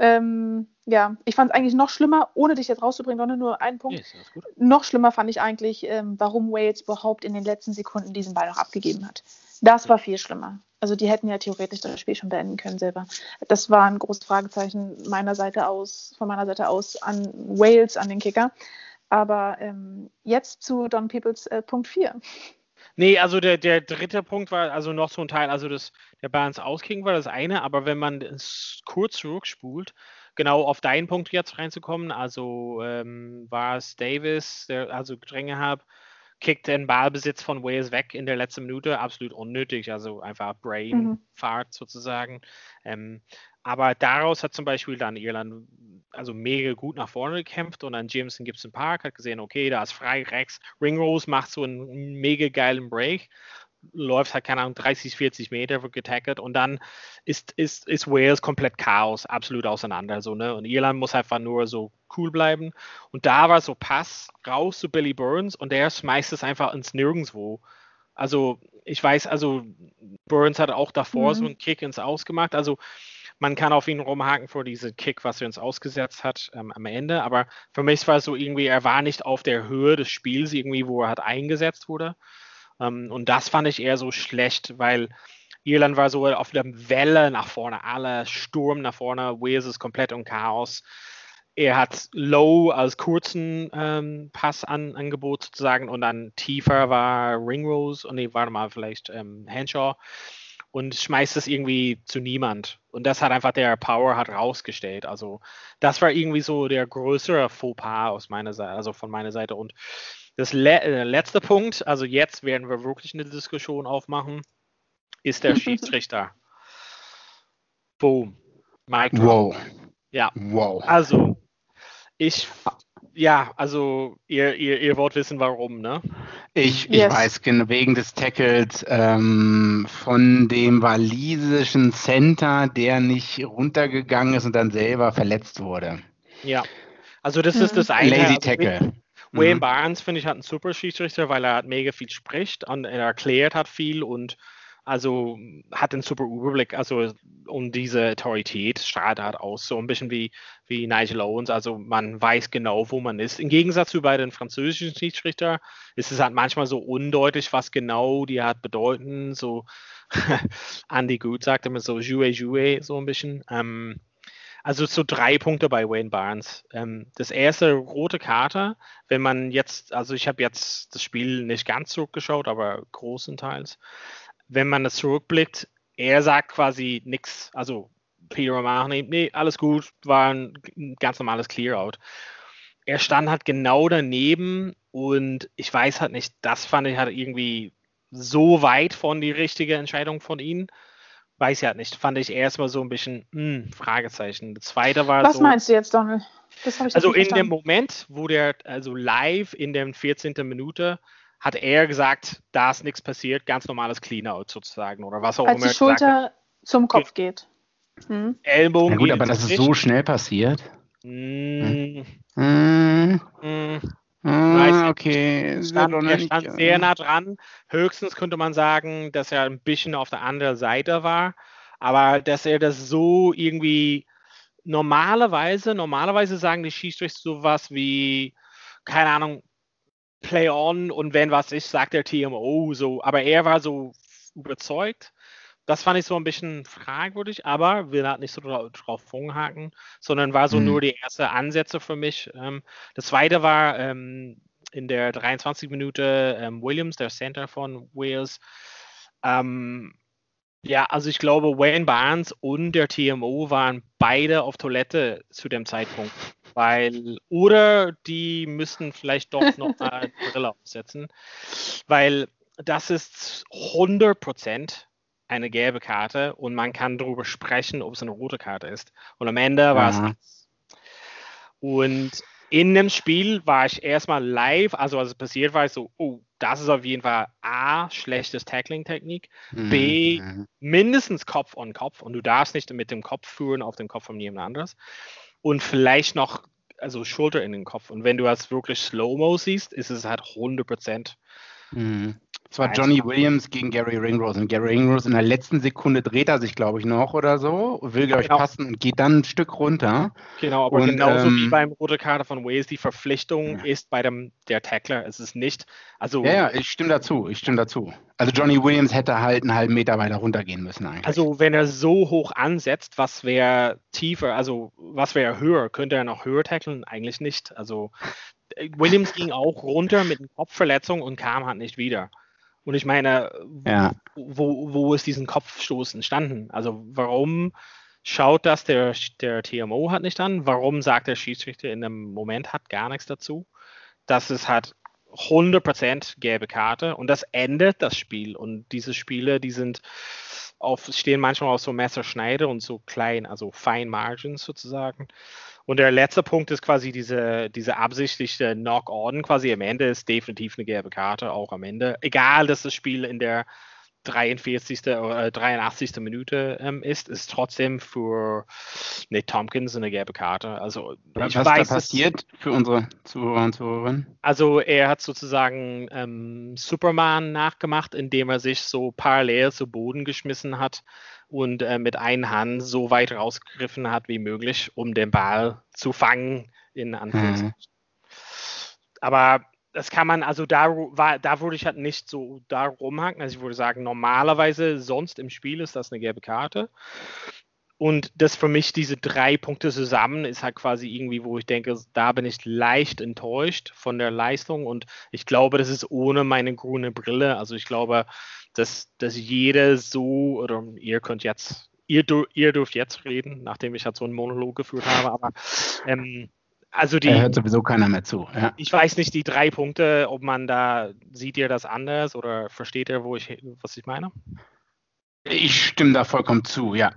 Ähm, ja, ich fand es eigentlich noch schlimmer, ohne dich jetzt rauszubringen, sondern nur einen Punkt. Ja, ist alles gut. Noch schlimmer fand ich eigentlich, ähm, warum Wales überhaupt in den letzten Sekunden diesen Ball noch abgegeben hat. Das war viel schlimmer. Also die hätten ja theoretisch das Spiel schon beenden können selber. Das war ein großes Fragezeichen meiner Seite aus, von meiner Seite aus an Wales, an den Kicker. Aber ähm, jetzt zu Don Peoples äh, Punkt vier. Nee, also der, der dritte Punkt war also noch so ein Teil, also das, der Ball ins Auskriegen war das eine, aber wenn man es kurz zurückspult, genau auf deinen Punkt jetzt reinzukommen, also ähm, war es Davis, der also Gedränge hat, kickt den Ballbesitz von Wales weg in der letzten Minute, absolut unnötig, also einfach Brain-Fahrt sozusagen. Ähm, aber daraus hat zum Beispiel dann Irland also mega gut nach vorne gekämpft und dann Jameson Gibson Park hat gesehen, okay, da ist frei rechts, Ringrose macht so einen mega geilen Break, läuft halt, keine Ahnung, dreißig, vierzig Meter, wird getackert und dann ist, ist, ist Wales komplett Chaos, absolut auseinander. So, ne? Und Irland muss einfach nur so cool bleiben. Und da war so Pass raus zu Billy Burns und der schmeißt es einfach ins Nirgendwo. Also ich weiß, also Burns hat auch davor Mhm. so einen Kick ins Aus gemacht. Also man kann auf ihn rumhaken für diesen Kick, was er uns ausgesetzt hat ähm, am Ende. Aber für mich war es so irgendwie, er war nicht auf der Höhe des Spiels irgendwie, wo er halt eingesetzt wurde. Um, und das fand ich eher so schlecht, weil Irland war so auf der Welle nach vorne, alle Sturm nach vorne, Wales ist komplett im Chaos. Er hat Low als kurzen ähm, Pass an, Angebot sozusagen und dann tiefer war Ringrose und nee, warte mal, vielleicht ähm, Henshaw und schmeißt es irgendwie zu niemand. Und das hat einfach der Power hat rausgestellt. Also das war irgendwie so der größere Fauxpas aus meiner Seite, also von meiner Seite. Und das le äh, letzte Punkt, also jetzt werden wir wirklich eine Diskussion aufmachen, ist der Schiedsrichter. Boom. Mic drop. Wow. Ja. Wow. Also, ich, ja, also ihr, ihr, ihr wollt wissen, warum, ne? Ich, ich Yes. weiß, genau, wegen des Tackles ähm, von dem walisischen Center, der nicht runtergegangen ist und dann selber verletzt wurde. Ja. Also das Mhm. ist das eine. Lazy also, Tackle. Wayne Mhm. Barnes, finde ich, hat einen super Schiedsrichter, weil er hat mega viel spricht und er erklärt hat viel und also hat einen super Überblick, also um diese Autorität strahlt halt aus, so ein bisschen wie, wie Nigel Owens, also man weiß genau, wo man ist. Im Gegensatz zu bei den französischen Schiedsrichter ist es halt manchmal so undeutlich, was genau die halt bedeuten, so Andy Good sagt immer so jouer, jouer, so ein bisschen. Ähm, Also so drei Punkte bei Wayne Barnes. Ähm, das erste, rote Karte, wenn man jetzt, also ich habe jetzt das Spiel nicht ganz zurückgeschaut, aber großenteils. Wenn man das zurückblickt, er sagt quasi nichts. Also Peter O'Mahony, nee, alles gut, war ein ganz normales Clear-Out. Er stand halt genau daneben und ich weiß halt nicht, das fand ich halt irgendwie so weit von die richtige Entscheidung von ihm. weiß ja nicht, fand ich erstmal so ein bisschen, mh, Fragezeichen. Das zweite war Was so. meinst du jetzt, Donald? Das habe ich Also nicht in dem verstanden. Moment, wo der, also live in der vierzehnten Minute, hat er gesagt, da ist nichts passiert, ganz normales Clean-Out sozusagen oder was auch Als immer die er gesagt hat. Schulter zum Kopf geht. Hm. Ellbogen Na gut, geht aber ins das ist Gesicht. so schnell passiert. Mm, Hm, mm, ah, weiß okay. Er Ist ja stand, doch noch er nicht, stand äh, sehr nah dran. Höchstens könnte man sagen, dass er ein bisschen auf der anderen Seite war. Aber dass er das so irgendwie normalerweise, normalerweise sagen die Schiedsrichter sowas wie, keine Ahnung, Play on und wenn was ist, sagt der T M O so. Aber er war so überzeugt. Das fand ich so ein bisschen fragwürdig, aber will halt nicht so dra drauf rumhaken, sondern war so Hm. nur die erste Ansätze für mich. Ähm, das zweite war ähm, in der dreiundzwanzigsten Minute ähm, Williams, der Center von Wales. Ähm, ja, also ich glaube, Wayne Barnes und der T M O waren beide auf Toilette zu dem Zeitpunkt. Weil, oder die müssten vielleicht doch noch mal die Brille aufsetzen, weil das ist hundert Prozent eine gelbe Karte und man kann darüber sprechen, ob es eine rote Karte ist. Und am Ende war es Aha. nichts. Und in dem Spiel war ich erstmal live, also als es passiert war, ich so, oh, das ist auf jeden Fall A, schlechtes Tackling-Technik, B, Mhm. mindestens Kopf on Kopf und du darfst nicht mit dem Kopf führen auf den Kopf von jemand anderes und vielleicht noch, also Schulter in den Kopf und wenn du das wirklich Slow-Mo siehst, ist es halt hundert Prozent. Mhm. Es war Johnny Williams gegen Gary Ringrose und Gary Ringrose in der letzten Sekunde dreht er sich, glaube ich, noch oder so, will, glaube ich, Genau. passen und geht dann ein Stück runter. Genau, aber Und, genauso wie ähm, beim rote Karte von Wales, die Verpflichtung Ja. ist bei dem der Tackler. Es ist nicht, also, Ja, ja, ich stimme dazu, ich stimme dazu. Also Johnny Williams hätte halt einen halben Meter weiter runtergehen müssen eigentlich. also wenn er so hoch ansetzt, was wäre tiefer, also was wäre höher? Könnte er noch höher tackeln? Eigentlich nicht. Also äh, Williams ging auch runter mit einer Kopfverletzung und kam halt nicht wieder. Und ich meine, Ja. wo, wo ist diesen Kopfstoß entstanden? Also warum schaut das der, der T M O halt nicht an? Warum sagt der Schiedsrichter in dem Moment hat gar nichts dazu? Das ist halt hundert Prozent gelbe Karte und das endet das Spiel. Und diese Spiele, die sind auf, stehen manchmal auf so Messerschneide und so klein, also Fine Margins sozusagen. Und der letzte Punkt ist quasi diese, diese absichtliche Knock-on quasi am Ende ist definitiv eine gelbe Karte, auch am Ende. Egal, dass das Spiel in der dreiundvierzigsten oder dreiundachtzigsten Minute ähm, ist, ist trotzdem für Nate Tompkins eine gelbe Karte. Also Was ich da weiß, passiert für unsere Zuhörer und Zuhörerinnen? also er hat sozusagen ähm, Superman nachgemacht, indem er sich so parallel zu Boden geschmissen hat und äh, mit einer Hand so weit rausgegriffen hat wie möglich, um den Ball zu fangen, in Anführungszeichen. Mhm. Aber das kann man, also da, war, da würde ich halt nicht so da rumhaken. Also ich würde sagen, normalerweise sonst im Spiel ist das eine gelbe Karte. Und das für mich, diese drei Punkte zusammen, ist halt quasi irgendwie, wo ich denke, da bin ich leicht enttäuscht von der Leistung. Und ich glaube, das ist ohne meine grüne Brille. Also ich glaube, dass, dass jeder so, oder ihr könnt jetzt, ihr, ihr dürft jetzt reden, nachdem ich halt so einen Monolog geführt habe, aber ähm, also die, Er hört sowieso keiner mehr zu. Ja. ich weiß nicht, die drei Punkte, ob man da, sieht ihr das anders oder versteht ihr, wo ich, was ich meine? Ich stimme da vollkommen zu, ja.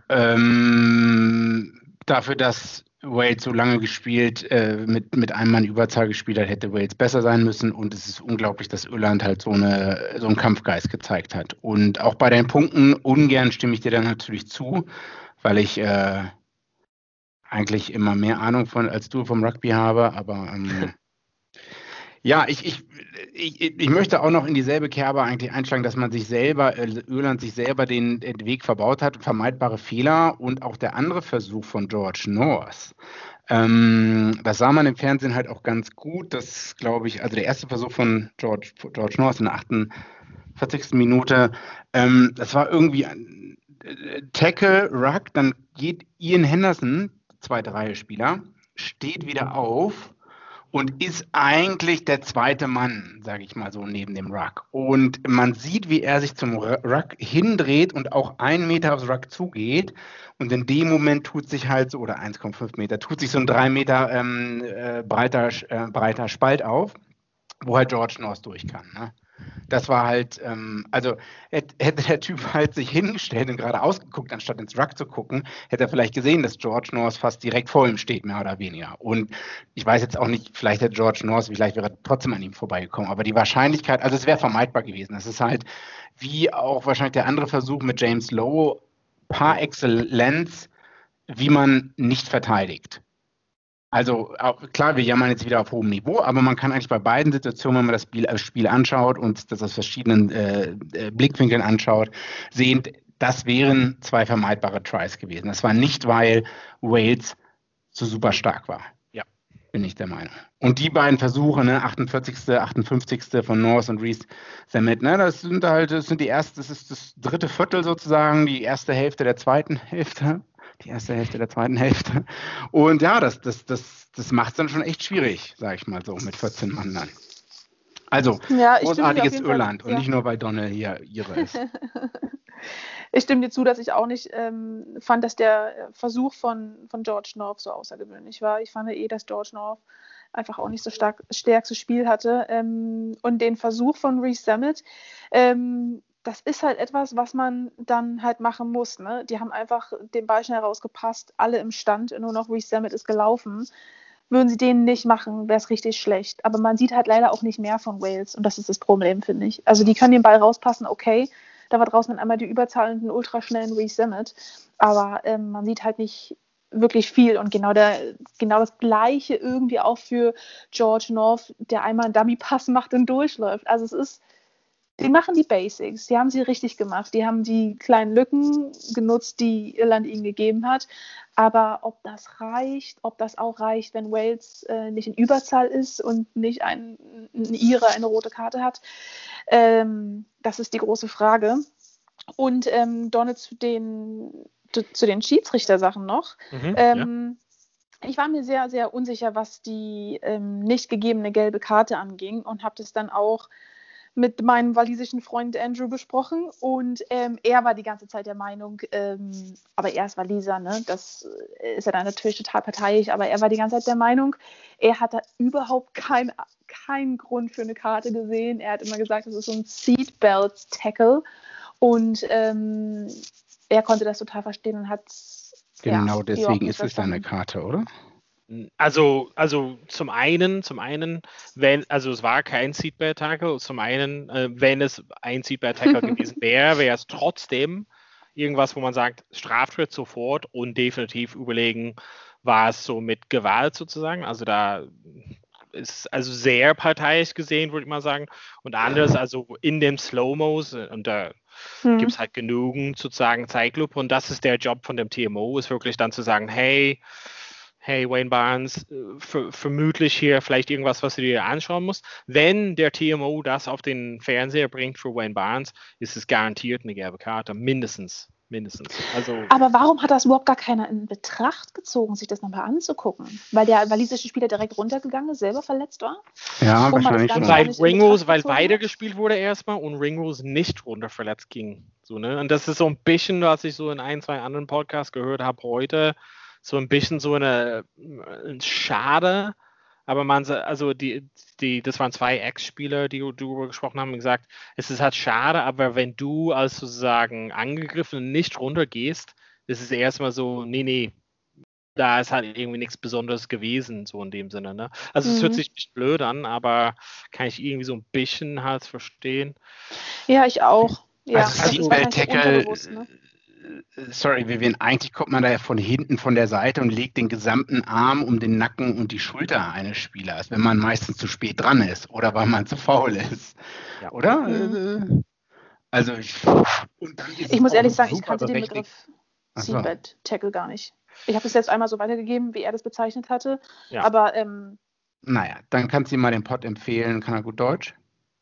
Ähm, dafür, dass Wales so lange gespielt, äh, mit, mit einem Mann Überzahl gespielt hat, hätte Wales besser sein müssen. Und es ist unglaublich, dass Irland halt so, eine, so einen Kampfgeist gezeigt hat. Und auch bei den Punkten, ungern stimme ich dir dann natürlich zu, weil ich äh, eigentlich immer mehr Ahnung von als du vom Rugby habe. Aber ähm, ja, ich, ich, ich, ich möchte auch noch in dieselbe Kerbe eigentlich einschlagen, dass man sich selber, äh, Irland sich selber den, den Weg verbaut hat, vermeidbare Fehler und auch der andere Versuch von George North. Ähm, das sah man im Fernsehen halt auch ganz gut. Das glaube ich, also der erste Versuch von George, George North in der achtundvierzigsten Minute, ähm, das war irgendwie ein äh, Tackle, Ruck, dann geht Ian Henderson, zweite Reihe Spieler, steht wieder auf und ist eigentlich der zweite Mann, sage ich mal so, neben dem Ruck. Und man sieht, wie er sich zum Ruck hindreht und auch einen Meter aufs Ruck zugeht. Und in dem Moment tut sich halt so, oder eins Komma fünf Meter, tut sich so ein drei Meter ähm, äh, breiter, äh, breiter Spalt auf, wo halt George North durch kann. Ne? Das war halt, ähm, also hätte, hätte der Typ halt sich hingestellt und gerade ausgeguckt, anstatt ins Ruck zu gucken, hätte er vielleicht gesehen, dass George North fast direkt vor ihm steht, mehr oder weniger. Und ich weiß jetzt auch nicht, vielleicht hätte George North, vielleicht wäre er trotzdem an ihm vorbeigekommen, aber die Wahrscheinlichkeit, also es wäre vermeidbar gewesen. Das ist halt, wie auch wahrscheinlich der andere Versuch mit James Lowe, par excellence, wie man nicht verteidigt. Also auch, klar, wir jammern jetzt wieder auf hohem Niveau, aber man kann eigentlich bei beiden Situationen, wenn man das Spiel, das Spiel anschaut und das aus verschiedenen äh, äh, Blickwinkeln anschaut, sehen, das wären zwei vermeidbare Tries gewesen. Das war nicht, weil Wales so super stark war. Ja. Bin ich der Meinung. Und die beiden Versuche, ne, achtundvierzigste, achtundfünfzigste von North und Reece Zammit, ne, das sind halt, das sind die erste, das ist das dritte Viertel sozusagen, die erste Hälfte der zweiten Hälfte. Die erste Hälfte der zweiten Hälfte. Und ja, das, das, das, das macht es dann schon echt schwierig, sage ich mal so, mit vierzehn Mann dann. Also, ja, großartiges Irland Fall, und ja. nicht nur bei Donnell hier ihre ist. Ich stimme dir zu, dass ich auch nicht ähm, fand, dass der Versuch von, von George North so außergewöhnlich war. Ich fand eh, dass George North einfach auch nicht so stark stärkstes Spiel hatte. Ähm, und den Versuch von Reece Zammit, ähm, das ist halt etwas, was man dann halt machen muss. Ne? Die haben einfach den Ball schnell rausgepasst, alle im Stand, nur noch Reece Zammit ist gelaufen. Würden sie den nicht machen, wäre es richtig schlecht. Aber man sieht halt leider auch nicht mehr von Wales und das ist das Problem, finde ich. Also die können den Ball rauspassen, okay. Da war draußen dann einmal die überzahlenden, ultraschnellen Reece Zammit. Aber ähm, man sieht halt nicht wirklich viel und genau, der, genau das Gleiche irgendwie auch für George North, der einmal einen Dummy-Pass macht und durchläuft. Also es ist Die machen die Basics, die haben sie richtig gemacht. Die haben die kleinen Lücken genutzt, die Irland ihnen gegeben hat. Aber ob das reicht, ob das auch reicht, wenn Wales äh, nicht in Überzahl ist und nicht ein, ein Ire eine rote Karte hat, ähm, das ist die große Frage. Und ähm, Donne zu den, zu, zu den Schiedsrichtersachen noch. Mhm, ähm, ja. Ich war mir sehr, sehr unsicher, was die ähm, nicht gegebene gelbe Karte anging und habe das dann auch mit meinem walisischen Freund Andrew besprochen und ähm, er war die ganze Zeit der Meinung, ähm, aber er ist Waliser, ne? Das ist ja dann natürlich total parteiisch, aber er war die ganze Zeit der Meinung, er hat da überhaupt keinen kein Grund für eine Karte gesehen. Er hat immer gesagt, das ist so ein Seatbelt-Tackle und ähm, er konnte das total verstehen und hat Genau ja, deswegen ist es dann eine Karte, oder? Also, also zum einen, zum einen, wenn, also es war kein Seatbelt-Tackle, zum einen, äh, wenn es ein Seatbelt-Tackle gewesen wäre, wäre es trotzdem irgendwas, wo man sagt, Straftritt sofort und definitiv überlegen, war es so mit Gewalt sozusagen, also da ist also sehr parteiisch gesehen, würde ich mal sagen, und anders, also in dem Slow-Mos, und da hm. gibt es halt genügend sozusagen Zeitlupe und das ist der Job von dem T M O, ist wirklich dann zu sagen, hey, hey Wayne Barnes, für, vermutlich hier vielleicht irgendwas, was du dir anschauen musst. Wenn der T M O das auf den Fernseher bringt für Wayne Barnes, ist es garantiert eine gelbe Karte, mindestens. mindestens. Also, aber warum hat das überhaupt gar keiner in Betracht gezogen, sich das nochmal anzugucken? Weil der walisische Spieler direkt runtergegangen ist, selber verletzt war? Ja, und wahrscheinlich schon. Weil Ringrose, weil weitergespielt wurde erstmal und Ringrose nicht runter verletzt ging. So, ne? Und das ist so ein bisschen, was ich so in ein, zwei anderen Podcasts gehört habe heute, so ein bisschen so eine, eine Schade, aber man, also die, die, das waren zwei Ex-Spieler, die darüber gesprochen haben und gesagt, es ist halt schade, aber wenn du als sozusagen angegriffen nicht runtergehst, ist es erstmal so, nee, nee, da ist halt irgendwie nichts Besonderes gewesen, so in dem Sinne, ne? Also mhm. es hört sich nicht blöd an, aber kann ich irgendwie so ein bisschen halt verstehen. Ja, ich auch. Ja, also Seatbelt-Tackle, ne? Sorry, Vivian, eigentlich kommt man da ja von hinten von der Seite und legt den gesamten Arm um den Nacken und die Schulter eines Spielers, wenn man meistens zu spät dran ist oder weil man zu faul ist. Ja. Oder? Mhm. Also ich, und dann ist ich muss ehrlich sagen, ich kannte den Begriff Seatbelt-Tackle gar nicht. Ich habe es jetzt einmal so weitergegeben, wie er das bezeichnet hatte. Ja. Aber ähm, naja, dann kannst du ihm mal den Pod empfehlen. Kann er gut Deutsch?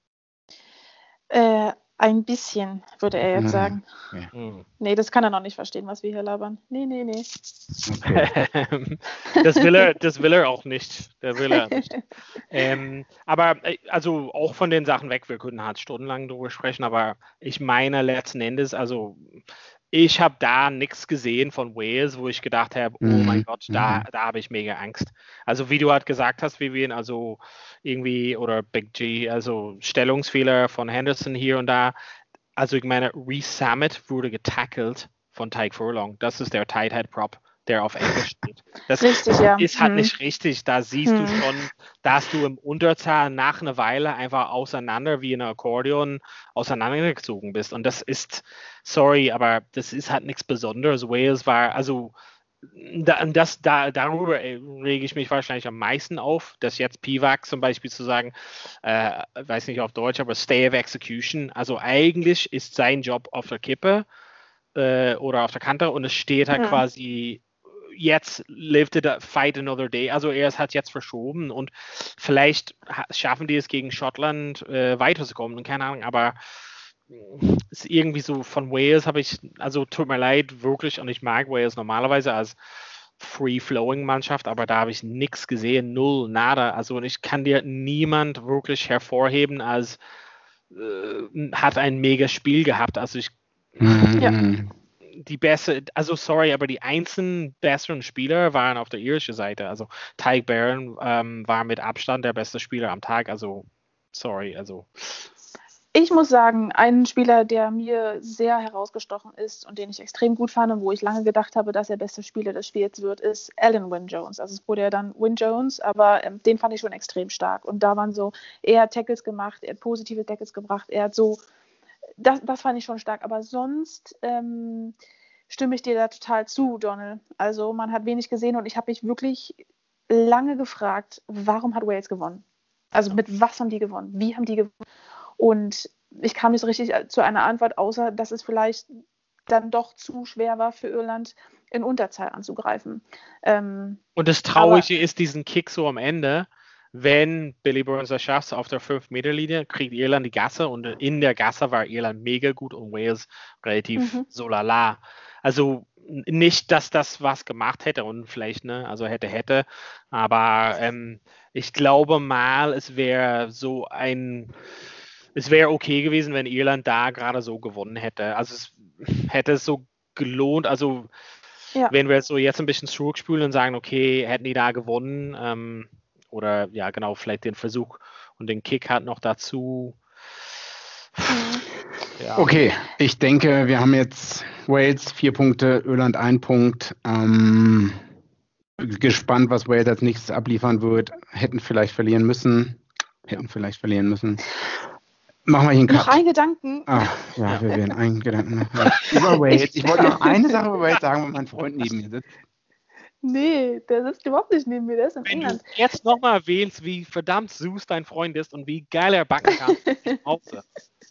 Äh, ein bisschen, würde er jetzt mhm. sagen. Ja. Nee, das kann er noch nicht verstehen, was wir hier labern. Nee, nee, nee. Okay. das, will er, das will er auch nicht. Der will er nicht. ähm, aber also auch von den Sachen weg, wir könnten halt stundenlang darüber sprechen, aber ich meine letzten Endes, also ich habe da nichts gesehen von Wales, wo ich gedacht habe, oh Mhm. mein Gott, da, Mhm. da habe ich mega Angst. Also wie du halt gesagt hast, Vivian, also irgendwie, oder Big G, also Stellungsfehler von Henderson hier und da. Also ich meine, Reece Samet wurde getackelt von Tyke Furlong. Das ist der Tight Head Prop, der auf Englisch steht. Das Richtig, ja. ist halt Hm. nicht richtig. Da siehst du Hm. schon, dass du im Unterzahl nach einer Weile einfach auseinander wie ein Akkordeon auseinandergezogen bist. Und das ist, sorry, aber das ist halt nichts Besonderes. Wales war, also da, das, da, darüber rege ich mich wahrscheinlich am meisten auf, dass jetzt Pivac zum Beispiel zu sagen, äh, weiß nicht auf Deutsch, aber Stay of Execution. Also eigentlich ist sein Job auf der Kippe äh, oder auf der Kante und es steht halt Hm. quasi jetzt live the fight another day. Also er ist halt jetzt verschoben und vielleicht ha- schaffen die es gegen Schottland äh, weiterzukommen. Keine Ahnung, aber ist irgendwie so von Wales habe ich, also tut mir leid, wirklich, und ich mag Wales normalerweise als Free-Flowing-Mannschaft, aber da habe ich nichts gesehen, null, nada. Also und ich kann dir niemand wirklich hervorheben als äh, hat ein mega Spiel gehabt. Also ich Mhm. Ja. die beste, also sorry, aber die einzelnen besseren Spieler waren auf der irischen Seite. Also Tyke Barron ähm, war mit Abstand der beste Spieler am Tag. Also sorry, also Ich muss sagen, ein Spieler, der mir sehr herausgestochen ist und den ich extrem gut fand und wo ich lange gedacht habe, dass er bester Spieler des Spiels wird, ist Alan Wynne-Jones. Also es wurde ja dann Wynne-Jones, aber ähm, den fand ich schon extrem stark. Und da waren so, er hat Tackles gemacht, er hat positive Tackles gebracht, er hat so, das, das fand ich schon stark. Aber sonst ähm, stimme ich dir da total zu, Donald. Also man hat wenig gesehen und ich habe mich wirklich lange gefragt, warum hat Wales gewonnen? Also mit was haben die gewonnen? Wie haben die gewonnen? Und ich kam nicht so richtig zu einer Antwort, außer dass es vielleicht dann doch zu schwer war für Irland, in Unterzahl anzugreifen. Ähm, und das Traurige ist diesen Kick so am Ende, wenn Billy Burns das schafft auf der fünf Meter Linie, kriegt Irland die Gasse und in der Gasse war Irland mega gut und Wales relativ Mhm. so lala. Also nicht, dass das was gemacht hätte und vielleicht, ne, also hätte, hätte, aber ähm, ich glaube mal, es wäre so ein, es wäre okay gewesen, wenn Irland da gerade so gewonnen hätte. Also es hätte es so gelohnt, also Ja. wenn wir jetzt so jetzt ein bisschen zurückspülen und sagen, okay, hätten die da gewonnen, ähm, oder ja, genau, vielleicht den Versuch und den Kick hat noch dazu. Ja. Okay, ich denke, wir haben jetzt Wales vier Punkte, Irland ein Punkt. Ähm, gespannt, was Wales als nächstes abliefern wird. Hätten vielleicht verlieren müssen. Hätten vielleicht verlieren müssen. Machen wir hier einen Noch Cut. einen Gedanken. Ah, ja, Ja. wir werden einen Gedanken noch. Ja. Über Wales. Ich wollte noch eine Sache über Wales sagen, weil mein Freund neben mir sitzt. Nee, der sitzt überhaupt nicht neben mir, der ist in Wenn England. du jetzt nochmal erwähnst, wie verdammt süß dein Freund ist und wie geil er backen kann, Pause.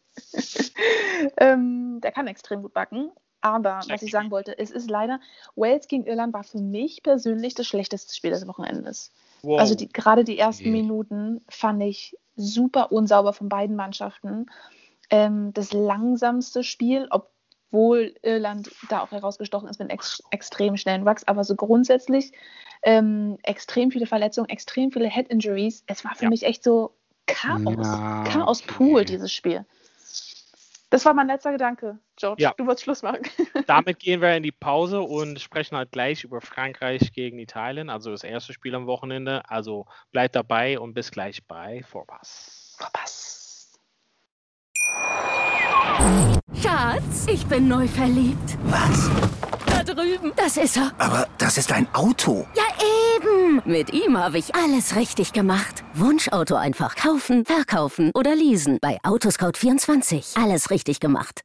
ähm, der kann extrem gut backen. Aber was ich sagen wollte, es ist leider, Wales gegen Irland war für mich persönlich das schlechteste Spiel des Wochenendes. Wow. Also die, gerade die ersten Okay. Minuten fand ich super unsauber von beiden Mannschaften. Ähm, das langsamste Spiel, obwohl Irland da auch herausgestochen ist mit einem ex extrem schnellen Rucks, aber so grundsätzlich ähm, extrem viele Verletzungen, extrem viele Head-Injuries. Es war für Ja. mich echt so Chaos. Ja, Chaos okay. pur, dieses Spiel. Das war mein letzter Gedanke, George. Ja. Du wolltest Schluss machen. Damit gehen wir in die Pause und sprechen halt gleich über Frankreich gegen Italien, also das erste Spiel am Wochenende. Also bleibt dabei und bis gleich bei Vorpass. Verpasst. Schatz, ich bin neu verliebt. Was? Da drüben. Das ist er. Aber das ist ein Auto. Ja, eben. Mit ihm habe ich alles richtig gemacht. Wunschauto einfach kaufen, verkaufen oder leasen. Bei Autoscout vierundzwanzig. Alles richtig gemacht.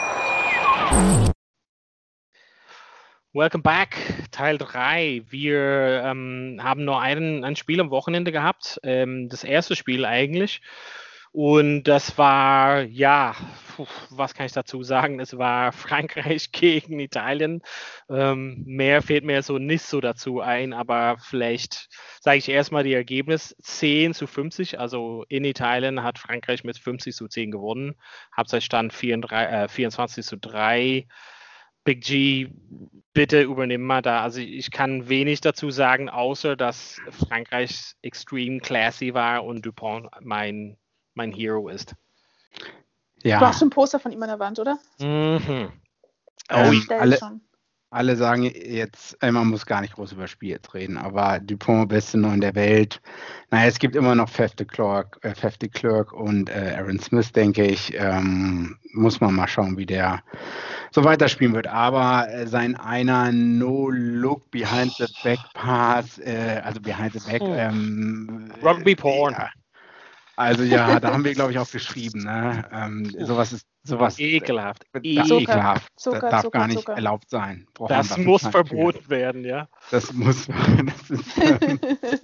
Welcome back, Teil drei. Wir ähm, haben nur einen, ein Spiel am Wochenende gehabt, ähm, das erste Spiel eigentlich. Und das war, ja, puh, was kann ich dazu sagen? Es war Frankreich gegen Italien. Ähm, mehr fällt mir so nicht so dazu ein, aber vielleicht sage ich erstmal die Ergebnis zehn zu fünfzig. Also in Italien hat Frankreich mit fünfzig zu zehn gewonnen. Halbzeitstand vierundzwanzig zu drei. Big G, bitte übernimm mal da. Also ich kann wenig dazu sagen, außer dass Frankreich extrem classy war und Dupont mein, mein Hero ist. Du Ja, hast schon ein Poster von ihm an der Wand, oder? Mhm. Ähm, Stell alle, schon. alle sagen jetzt, äh, man muss gar nicht groß über Spiel jetzt reden, aber Dupont, beste Neun der Welt. Naja, es gibt immer noch Faf de Klerk, äh, Faf de Klerk und äh, Aaron Smith, denke ich. Ähm, muss man mal schauen, wie der so weiterspielen wird. Aber äh, sein einer No-Look Behind the Back Pass, äh, also Behind the Back. Hm. Ähm, Rugby Porn. Ja, also ja, da haben wir, glaube ich, auch geschrieben. Ne? Ähm, sowas ist sowas Ekelhaft. da, Ekelhaft. ekelhaft. Zucker, das darf Zucker, gar nicht Zucker. erlaubt sein. Braucht Das man muss Waffenschein für. verboten werden, ja. Das muss. Das ist, ähm,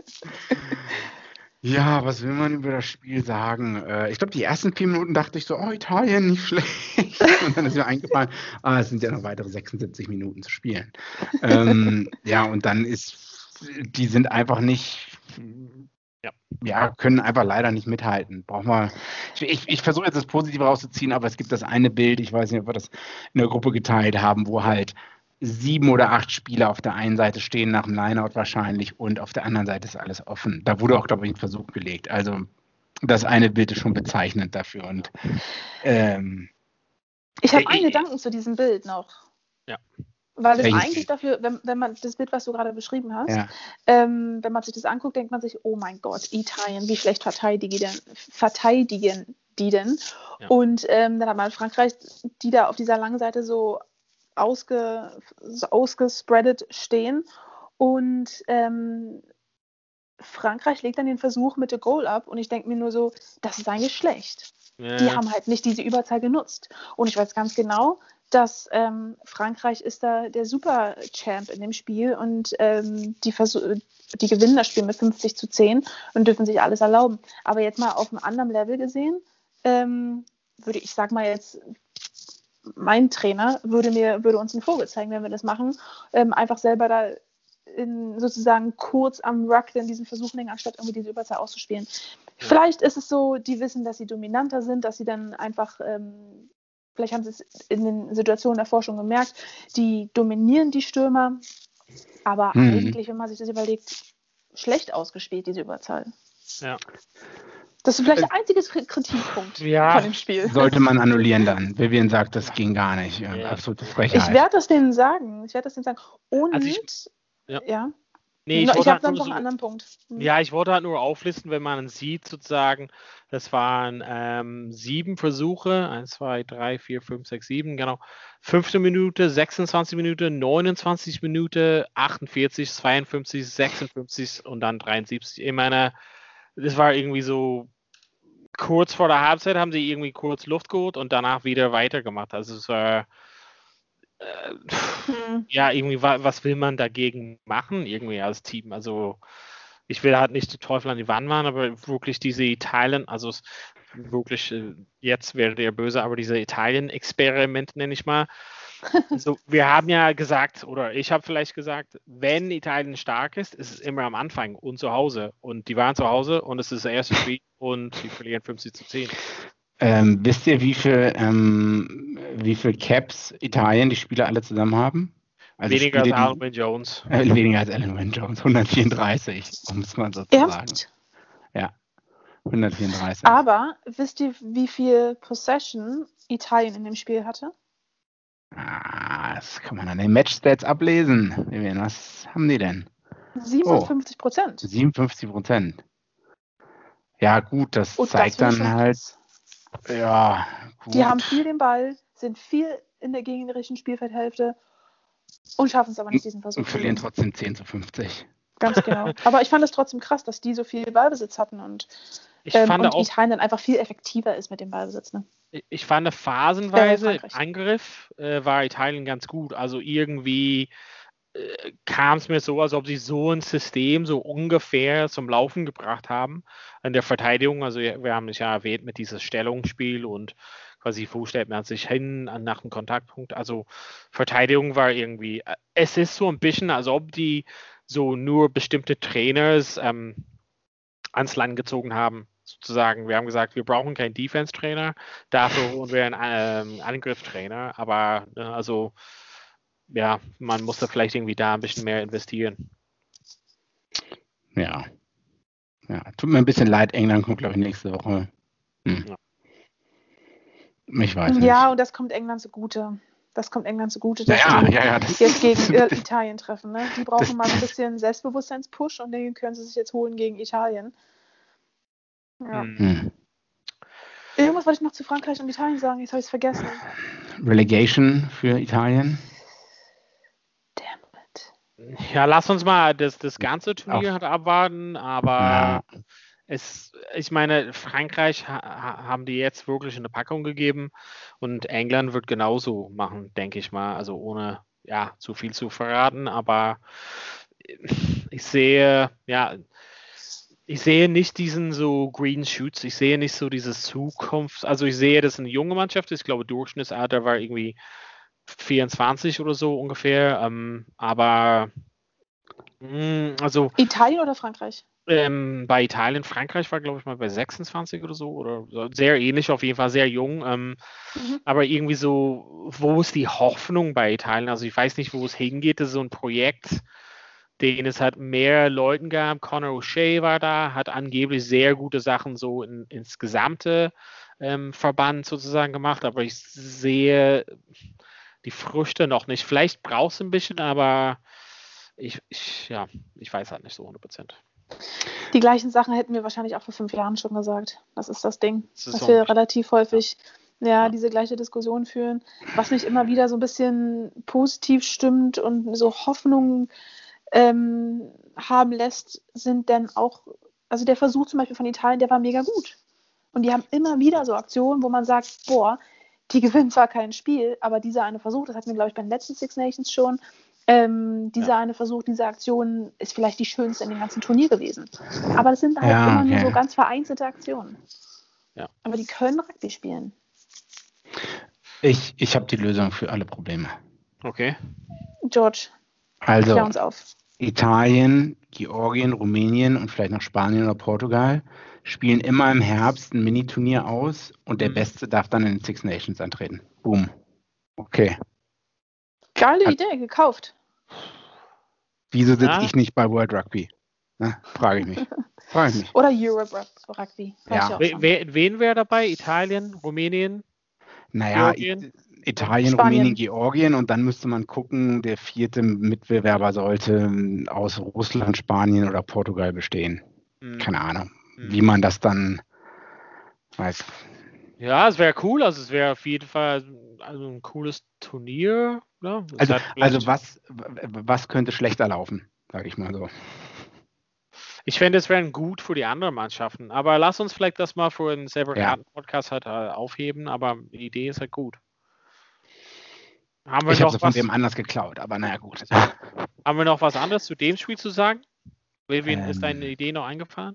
ja, was will man über das Spiel sagen? Äh, ich glaube, die ersten vier Minuten dachte ich so, oh, Italien, nicht schlecht. Und dann ist mir eingefallen, ah, es sind ja noch weitere sechsundsiebzig Minuten zu spielen. ähm, ja, und dann ist, die sind einfach nicht, Ja. ja, können einfach leider nicht mithalten. Braucht man, ich, ich, ich versuche jetzt das Positive rauszuziehen, aber es gibt das eine Bild, ich weiß nicht, ob wir das in der Gruppe geteilt haben, wo halt sieben oder acht Spieler auf der einen Seite stehen, nach dem Lineout wahrscheinlich, und auf der anderen Seite ist alles offen. Da wurde auch, glaube ich, ein Versuch gelegt. Also das eine Bild ist schon bezeichnend dafür. Und ähm, Ich habe äh, einen äh, Gedanken zu diesem Bild noch. Ja. Weil es Welches eigentlich Bild? dafür, wenn, wenn man das Bild, was du gerade beschrieben hast, ja, ähm, wenn man sich das anguckt, denkt man sich, oh mein Gott, Italien, wie schlecht verteidigen die denn? Verteidigen die denn? Ja. Und ähm, dann hat man Frankreich, die da auf dieser langen Seite so, ausge, so ausgespreadet stehen. Und ähm, Frankreich legt dann den Versuch mit der Goal ab und ich denke mir nur so, das ist eigentlich schlecht. Ja. Die haben halt nicht diese Überzahl genutzt. Und ich weiß ganz genau, dass ähm, Frankreich ist da der Super-Champ in dem Spiel und ähm, die, versuch- die gewinnen das Spiel mit fünfzig zu zehn und dürfen sich alles erlauben. Aber jetzt mal auf einem anderen Level gesehen, ähm, würde ich sag mal jetzt, mein Trainer würde mir würde uns einen Vogel zeigen, wenn wir das machen, ähm, einfach selber da in, sozusagen kurz am Ruck dann diesen Versuch nehmen, anstatt irgendwie diese Überzahl auszuspielen. Ja. Vielleicht ist es so, die wissen, dass sie dominanter sind, dass sie dann einfach, ähm, vielleicht haben sie es in den Situationen davor schon gemerkt, die dominieren die Stürmer, aber Mhm. eigentlich, wenn man sich das überlegt, schlecht ausgespielt, diese Überzahl. Ja. Das ist vielleicht der einzige Kritikpunkt Ja. von dem Spiel. sollte man annullieren dann. Vivian sagt, das ging gar nicht. Ja, Ja. absolute Ich Frechheit. werde das denen sagen. Ich werde das denen sagen. Und, Also ich- ja. ja. ich Nee, ich ich wollte habe halt dann nur noch so, einen anderen Punkt. Hm. ja, ich wollte halt nur auflisten, wenn man sieht, sozusagen, das waren ähm, sieben Versuche, eins, zwei, drei, vier, fünf, sechs, sieben, genau. Fünfte Minute, sechsundzwanzig Minute, neunundzwanzig Minute, achtundvierzig, zweiundfünfzig, sechsundfünfzig und dann dreiundsiebzig. Ich meine, das war irgendwie so, kurz vor der Halbzeit haben sie irgendwie kurz Luft geholt und danach wieder weitergemacht. Also es war, äh, Hm. ja, irgendwie, wa- was will man dagegen machen, irgendwie als Team? Also, ich will halt nicht den Teufel an die Wand machen, aber wirklich diese Italien, also es, wirklich, äh, jetzt wäre ihr böse, aber diese Italien-Experiment nenne ich mal. Also, wir haben ja gesagt, oder ich habe vielleicht gesagt, wenn Italien stark ist, ist es immer am Anfang und zu Hause. Und die waren zu Hause und es ist das erste Spiel und sie verlieren fünfzig zu zehn. Ähm, wisst ihr, wie viel, ähm, wie viel Caps Italien die Spieler alle zusammen haben? Also Weniger Spiele, als die- Alan Wynne Jones. Äh, weniger als Alan Wynne Jones, hundertvierunddreißig, um es mal so zu sagen. Ernst? Ja, hundertvierunddreißig. Aber wisst ihr, wie viel Possession Italien in dem Spiel hatte? Ah, das kann man an den Matchstats ablesen. Vivian, was haben die denn? siebenundfünfzig Prozent. siebenundfünfzig Prozent. Ja, gut, das Und zeigt das finde dann ich schon halt, krass. ja, gut. Die haben viel den Ball, sind viel in der gegnerischen Spielfeldhälfte und schaffen es aber nicht, diesen Versuch und zu verlieren gewinnen. trotzdem zehn zu fünfzig. Ganz genau. Aber ich fand es trotzdem krass, dass die so viel Ballbesitz hatten und, Ich ähm, fand und auch, Italien dann einfach viel effektiver ist mit dem Ballbesitz. Ne? ich fand phasenweise im Frankreich. Angriff äh, war Italien ganz gut. Also irgendwie äh, kam es mir so, als ob sie so ein System so ungefähr zum Laufen gebracht haben. In der Verteidigung, also ja, wir haben es ja erwähnt mit dieses Stellungsspiel und quasi Fuß stellt man sich hin an, nach dem Kontaktpunkt. Also Verteidigung war irgendwie, äh, es ist so ein bisschen, als ob die so nur bestimmte Trainers ähm, ans Land gezogen haben. Sozusagen, wir haben gesagt, wir brauchen keinen Defense-Trainer, dafür holen wir einen ähm, Angriff-Trainer, aber ne, also ja, man muss da vielleicht irgendwie da ein bisschen mehr investieren. Ja. Ja, tut mir ein bisschen leid, England kommt, glaube ich, nächste Woche. Hm. Ja. Ich weiß nicht. Ja, und das kommt England zugute. Das kommt England zugute, dass Ja, die ja, ja. Das jetzt gegen äh, Italien treffen. Ne? Die brauchen mal ein bisschen Selbstbewusstseinspush und den können sie sich jetzt holen gegen Italien. Ja. Hm. Irgendwas wollte ich noch zu Frankreich und Italien sagen, jetzt habe ich es vergessen. Relegation für Italien. Damn it. Ja, lass uns mal das, das ganze Turnier Auf. halt abwarten, aber Ja. es, ich meine, Frankreich ha, haben die jetzt wirklich eine Packung gegeben und England wird genauso machen, denke ich mal, also ohne ja zu viel zu verraten, aber ich sehe, ja, ich sehe nicht diesen so Green Shoots, ich sehe nicht so diese Zukunft, also ich sehe, dass eine junge Mannschaft ist, ich glaube Durchschnittsalter war irgendwie vierundzwanzig oder so ungefähr, ähm, aber mh, also Italien oder Frankreich? ähm, bei Italien, Frankreich war glaube ich mal bei sechsundzwanzig oder so, oder so, sehr ähnlich, auf jeden Fall sehr jung, ähm, Mhm. aber irgendwie so, wo ist die Hoffnung bei Italien, also ich weiß nicht, wo es hingeht, das ist so ein Projekt, den es halt mehr Leuten gab. Conor O'Shea war da, hat angeblich sehr gute Sachen so in, ins gesamte ähm, Verband sozusagen gemacht, aber ich sehe die Früchte noch nicht. Vielleicht braucht es ein bisschen, aber ich, ich, ja, ich weiß halt nicht so hundert Prozent. Die gleichen Sachen hätten wir wahrscheinlich auch vor fünf Jahren schon gesagt. Das ist das Ding, Das ist dass so wir ein- relativ häufig ja. Ja. diese gleiche Diskussion führen. Was mich immer wieder so ein bisschen positiv stimmt und so Hoffnung ähm, haben lässt, sind dann auch, also der Versuch zum Beispiel von Italien, der war mega gut. Und die haben immer wieder so Aktionen, wo man sagt, boah, die gewinnen zwar kein Spiel, aber dieser eine Versuch, das hatten wir, glaube ich, bei den letzten Six Nations schon, ähm, dieser Ja. eine Versuch, diese Aktion ist vielleicht die schönste in dem ganzen Turnier gewesen. Aber das sind halt Ja, immer nur okay. so ganz vereinzelte Aktionen. Ja. Aber die können Rugby spielen. Ich, ich habe die Lösung für alle Probleme. Okay. George, Also klär uns auf. Italien, Georgien, Rumänien und vielleicht noch Spanien oder Portugal spielen immer im Herbst ein Mini-Turnier aus und der Mhm. Beste darf dann in den Six Nations antreten. Boom. Okay. Geile Hat- Idee, gekauft. Wieso sitze Ja. ich nicht bei World Rugby? Ne? Frage ich mich. Frage ich mich. Oder Europe Rugby. Weiß Ja. ich auch We, schon. we, wen wäre dabei? Italien, Rumänien? Naja, Georgien? I- Italien, Spanien. Rumänien, Georgien und dann müsste man gucken, der vierte Mitbewerber sollte aus Russland, Spanien oder Portugal bestehen. Hm. Keine Ahnung, Hm. wie man das dann weiß. Ja, es wäre cool, also es wäre auf jeden Fall also ein cooles Turnier. Ne? Es Also, hat vielleicht- also was, was könnte schlechter laufen, sage ich mal so. Ich fände, es wäre gut für die anderen Mannschaften. Aber lass uns vielleicht das mal für einen separaten Podcast halt äh, aufheben. Aber die Idee ist halt gut. Haben wir, Ich habe noch sie von was, dem anders geklaut, aber naja gut. haben wir noch was anderes zu dem Spiel zu sagen? Vivian, ist Ähm. deine Idee noch eingefallen?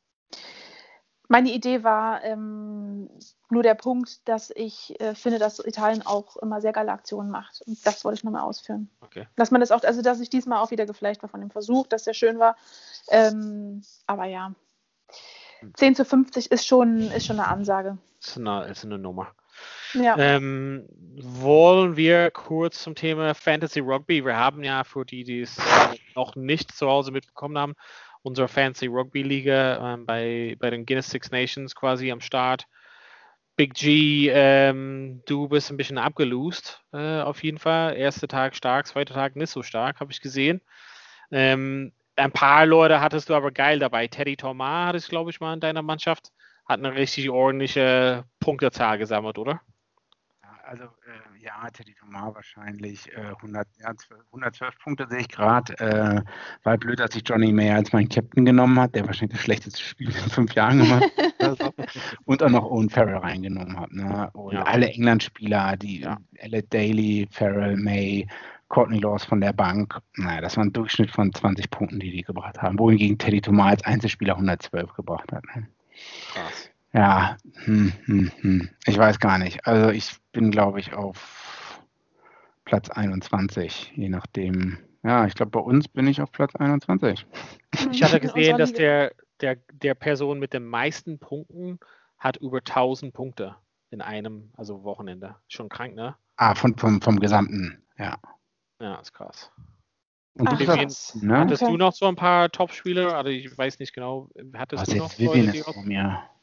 Meine Idee war ähm, nur der Punkt, dass ich äh, finde, dass Italien auch immer sehr geile Aktionen macht. Und das wollte ich nochmal ausführen. Okay. Dass man das auch, also dass ich diesmal auch wieder geflasht war von dem Versuch, dass der schön war. Ähm, aber ja, zehn zu fünfzig ist schon, ist schon eine Ansage. Das ist eine, ist eine Nummer. Ja. Ähm, wollen wir kurz zum Thema Fantasy Rugby? Wir haben ja für die, die es äh, noch nicht zu Hause mitbekommen haben, unsere Fantasy Rugby Liga ähm, bei, bei den Guinness Six Nations quasi am Start. Big G, ähm, du bist ein bisschen abgelost, äh, auf jeden Fall. Erster Tag stark, zweiter Tag nicht so stark, habe ich gesehen. Ähm, ein paar Leute hattest du aber geil dabei. Teddy Thomas hattest, glaube ich, mal in deiner Mannschaft. Hat eine richtig ordentliche Punktezahl gesammelt, oder? Also äh, ja, Teddy Thomas wahrscheinlich äh, hundert, ja, hundertzwölf Punkte sehe ich gerade. Äh, war halt blöd, dass sich Johnny Mayer als mein Captain genommen hat, der wahrscheinlich das schlechteste Spiel in fünf Jahren gemacht hat. Und auch noch Owen Farrell reingenommen hat. Ne? Und Ja. alle England-Spieler, die Ja. Elliot Daly, Farrell, May, Courtney Laws von der Bank, naja, das war ein Durchschnitt von zwanzig Punkten, die die gebracht haben. Wohingegen Teddy Thomas als Einzelspieler hundertzwölf gebracht hat. Ne? Krass. Ja, hm, hm, hm. Ich weiß gar nicht. Also ich bin, glaube ich, auf Platz einundzwanzig, je nachdem. Ja, ich glaube, bei uns bin ich auf Platz einundzwanzig. Ich hatte In gesehen, unserer dass Liga. der, der, der Person mit den meisten Punkten hat über tausend Punkte in einem, also Wochenende. Schon krank, ne? Ah, von, vom, vom Gesamten, ja. Ja, ist krass. Und Ach, du bist krass. auf, ne? Hattest Okay. du noch so ein paar Top-Spieler? Also ich weiß nicht genau. Hattest Was du noch jetzt Vivian Leute, die ist auf- vor mir.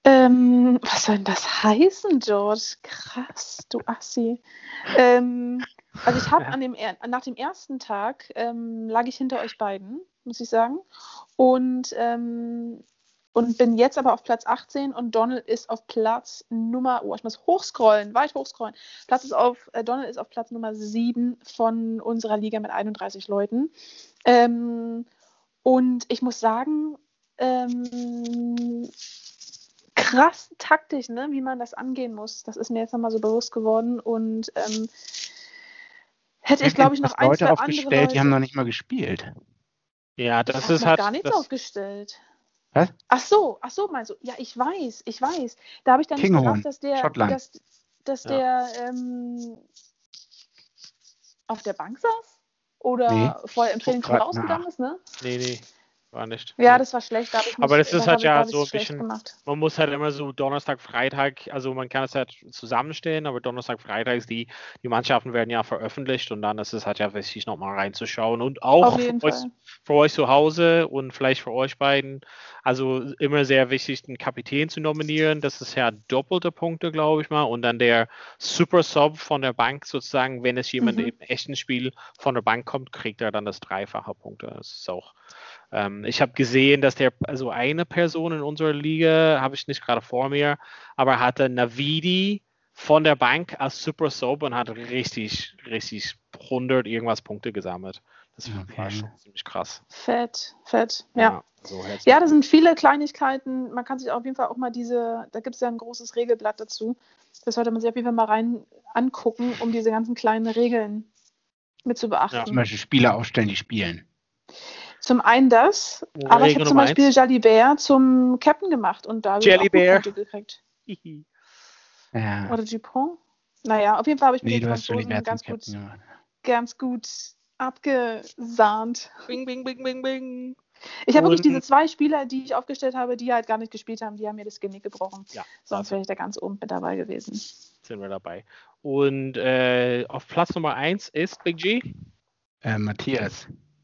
Ähm, was soll denn das heißen, George? Krass, du Assi. Ähm, also ich habe an dem er- nach dem ersten Tag ähm, lag ich hinter euch beiden, muss ich sagen. Und, ähm, und bin jetzt aber auf Platz achtzehn und Donald ist auf Platz Nummer, oh, ich muss hochscrollen, weit hochscrollen. Platz ist auf, äh, Donald ist auf Platz Nummer sieben von unserer Liga mit einunddreißig Leuten. Ähm, und ich muss sagen, ähm, krass taktisch, ne, wie man das angehen muss. Das ist mir jetzt nochmal so bewusst geworden und ähm, hätte ich, glaube ich, noch ein, Leute zwei aufgestellt, andere Leute. die haben noch nicht mal gespielt. Ja, Ich das habe ist noch halt. gar nichts das, aufgestellt. Was? Ach so, ach so, meinst du? Ja, ich weiß, ich weiß. Da habe ich dann nicht Kinghorn, gerafft, dass der, Schottland. dass, dass Ja. der ähm, auf der Bank saß oder Nee, vorher im ich guck Training schon grad rausgegangen nach. ist, ne? Nee, nee, war nicht. Ja, Nee. das war schlecht. Da habe ich mich, Aber das ist da halt habe, ja da habe ich so ein es schlecht bisschen, gemacht. man muss halt immer so Donnerstag, Freitag, also man kann es halt zusammenstellen, aber Donnerstag, Freitag ist die, die Mannschaften werden ja veröffentlicht und dann ist es halt ja wichtig, nochmal reinzuschauen und auch Auf für jeden euch, Fall. für euch zu Hause und vielleicht für euch beiden, also immer sehr wichtig, den Kapitän zu nominieren, das ist ja doppelte Punkte, glaube ich mal, und dann der Super Sub von der Bank sozusagen, wenn es jemand Mhm. im echten Spiel von der Bank kommt, kriegt er dann das dreifache Punkte, das ist auch Ähm, ich habe gesehen, dass der, also eine Person in unserer Liga, habe ich nicht gerade vor mir, aber hatte Navidi von der Bank als Super Sub und hat richtig, richtig hundert irgendwas Punkte gesammelt. Das Okay. war schon ziemlich krass. Fett, fett, ja. so herzlich Ja, das sind viele Kleinigkeiten. Man kann sich auf jeden Fall auch mal diese, da gibt es ja ein großes Regelblatt dazu. Das sollte man sich auf jeden Fall mal rein angucken, um diese ganzen kleinen Regeln mit zu Zum beachten. Beispiel Spieler aufstellen, die spielen. Zum einen das, Oder aber ich Regel habe zum Nummer Beispiel eins. Jalibert zum Captain gemacht und da habe ich auch gut Jalibert. Punkte gekriegt. Ja. Oder Dupont. Naja, auf jeden Fall habe ich mit Nee, den du hast Franzosen Jalibert zum ganz gut, Captain gemacht. ganz gut abgesahnt. Bing, bing, bing, bing, bing. Ich habe wirklich Und- diese zwei Spieler, die ich aufgestellt habe, die halt gar nicht gespielt haben, die haben mir das Genick gebrochen. Ja, Sonst das wäre ich da ganz oben mit dabei gewesen. sind wir dabei. Und äh, auf Platz Nummer eins ist Big G. Äh, Matthias.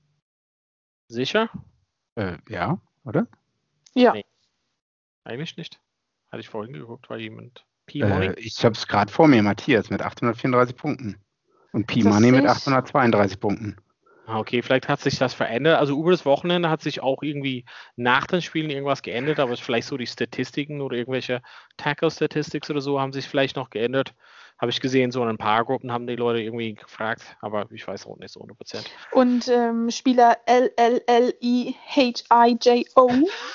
Sicher? Äh, ja, oder? Ja, Nee. Eigentlich nicht. Hatte ich vorhin geguckt, war jemand. P-Money? Äh, ich habe es gerade vor mir, Matthias mit achthundertvierunddreißig Punkten. Und Das P-Money mit sehe ich. achthundertzweiunddreißig Punkten. Ah, okay, vielleicht hat sich das verändert. Also über das Wochenende hat sich auch irgendwie nach den Spielen irgendwas geändert, aber vielleicht so die Statistiken oder irgendwelche Tackle-Statistics oder so haben sich vielleicht noch geändert. Habe ich gesehen, so in ein paar Gruppen haben die Leute irgendwie gefragt, aber ich weiß auch nicht so hundert Prozent. und ähm, Spieler L L L I H I J O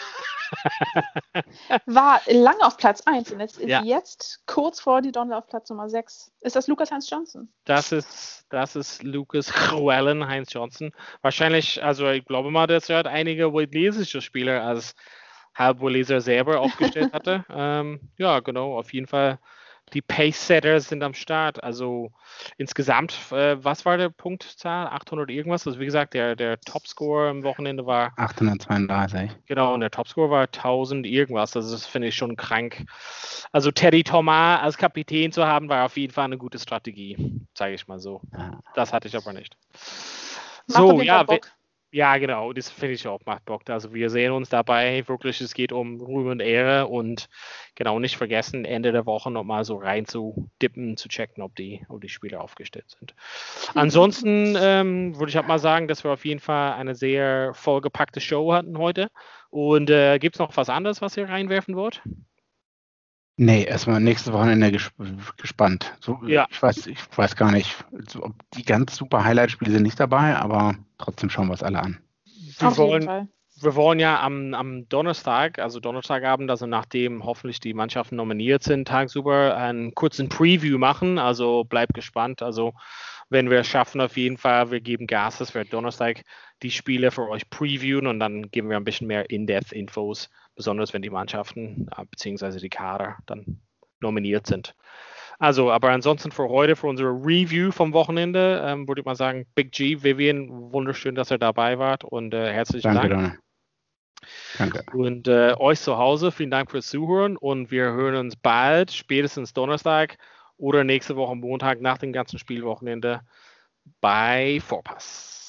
war lange auf Platz eins und jetzt ist Ja. jetzt kurz vor die Donner auf Platz Nummer sechs. Ist das Lukas Heinz Johnson? Das ist, das ist Lucas Llewellyn, Heinz Johnson. Wahrscheinlich, also ich glaube mal, dass er hat einige walisische Spieler als Halbwaliser selber aufgestellt hatte. ähm, ja, genau, auf jeden Fall. Die Pace-Setter sind am Start. Also insgesamt, äh, was war der Punktzahl? achthundert irgendwas. Also wie gesagt, der, der Topscorer am Wochenende war, achthundertzweiunddreißig. genau, und der Topscorer war tausend irgendwas. Also das finde ich schon krank. Also Teddy Thomas als Kapitän zu haben, war auf jeden Fall eine gute Strategie, sage ich mal so. Ja. Das hatte ich aber nicht. Macht auf So, jeden ja, Fall Bock. we- ja, genau, das finde ich auch macht Bock. Also wir sehen uns dabei, wirklich, es geht um Ruhm und Ehre und genau, nicht vergessen, Ende der Woche nochmal so rein zu dippen, zu checken, ob die, ob die Spieler aufgestellt sind. Ansonsten ähm, würde ich halt mal sagen, dass wir auf jeden Fall eine sehr vollgepackte Show hatten heute. Und äh, gibt es noch was anderes, was ihr reinwerfen wollt? Nee, erstmal nächstes Wochenende ges gespannt. So, Ja. Ich weiß, ich weiß gar nicht, so, ob die ganz super Highlight-Spiele sind nicht dabei, aber trotzdem schauen wir es alle an. Wir Auf jeden wollen, Fall. wir wollen ja am, am Donnerstag, also Donnerstagabend, also nachdem hoffentlich die Mannschaften nominiert sind, tagsüber einen kurzen Preview machen. Also bleibt gespannt. Also wenn wir es schaffen, auf jeden Fall, wir geben Gas, dass wir Donnerstag die Spiele für euch previewen und dann geben wir ein bisschen mehr In-Depth-Infos, besonders wenn die Mannschaften äh, bzw. die Kader dann nominiert sind. Also, aber ansonsten für heute, für unsere Review vom Wochenende, ähm, würde ich mal sagen, Big G, Vivian, wunderschön, dass ihr dabei wart und äh, herzlichen Danke, Dank. Donne. Danke. Und äh, euch zu Hause, vielen Dank fürs Zuhören und wir hören uns bald, spätestens Donnerstag oder nächste Woche Montag nach dem ganzen Spielwochenende bei Vorpass.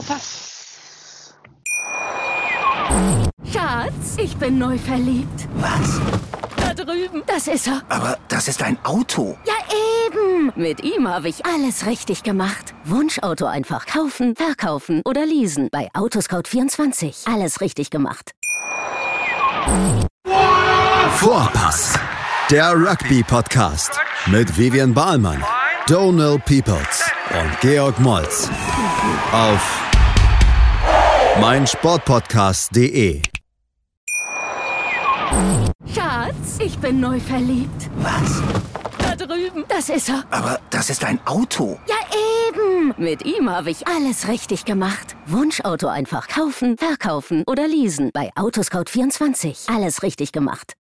Vorpass. Schatz, ich bin neu verliebt. Was? Da drüben. Das ist er. Aber das ist ein Auto. Ja, eben. Mit ihm habe ich alles richtig gemacht. Wunschauto einfach kaufen, verkaufen oder leasen. Bei Autoscout vierundzwanzig. Alles richtig gemacht. Vorpass, der Rugby-Podcast mit Vivian Bahlmann, Donald Peoples und Georg Moltz auf meinsportpodcast punkt de. Schatz, ich bin neu verliebt. Was? Da drüben. Das ist er. Aber das ist ein Auto. Ja, eben. Mit ihm habe ich alles richtig gemacht. Wunschauto einfach kaufen, verkaufen oder leasen. Bei Autoscout vierundzwanzig. Alles richtig gemacht.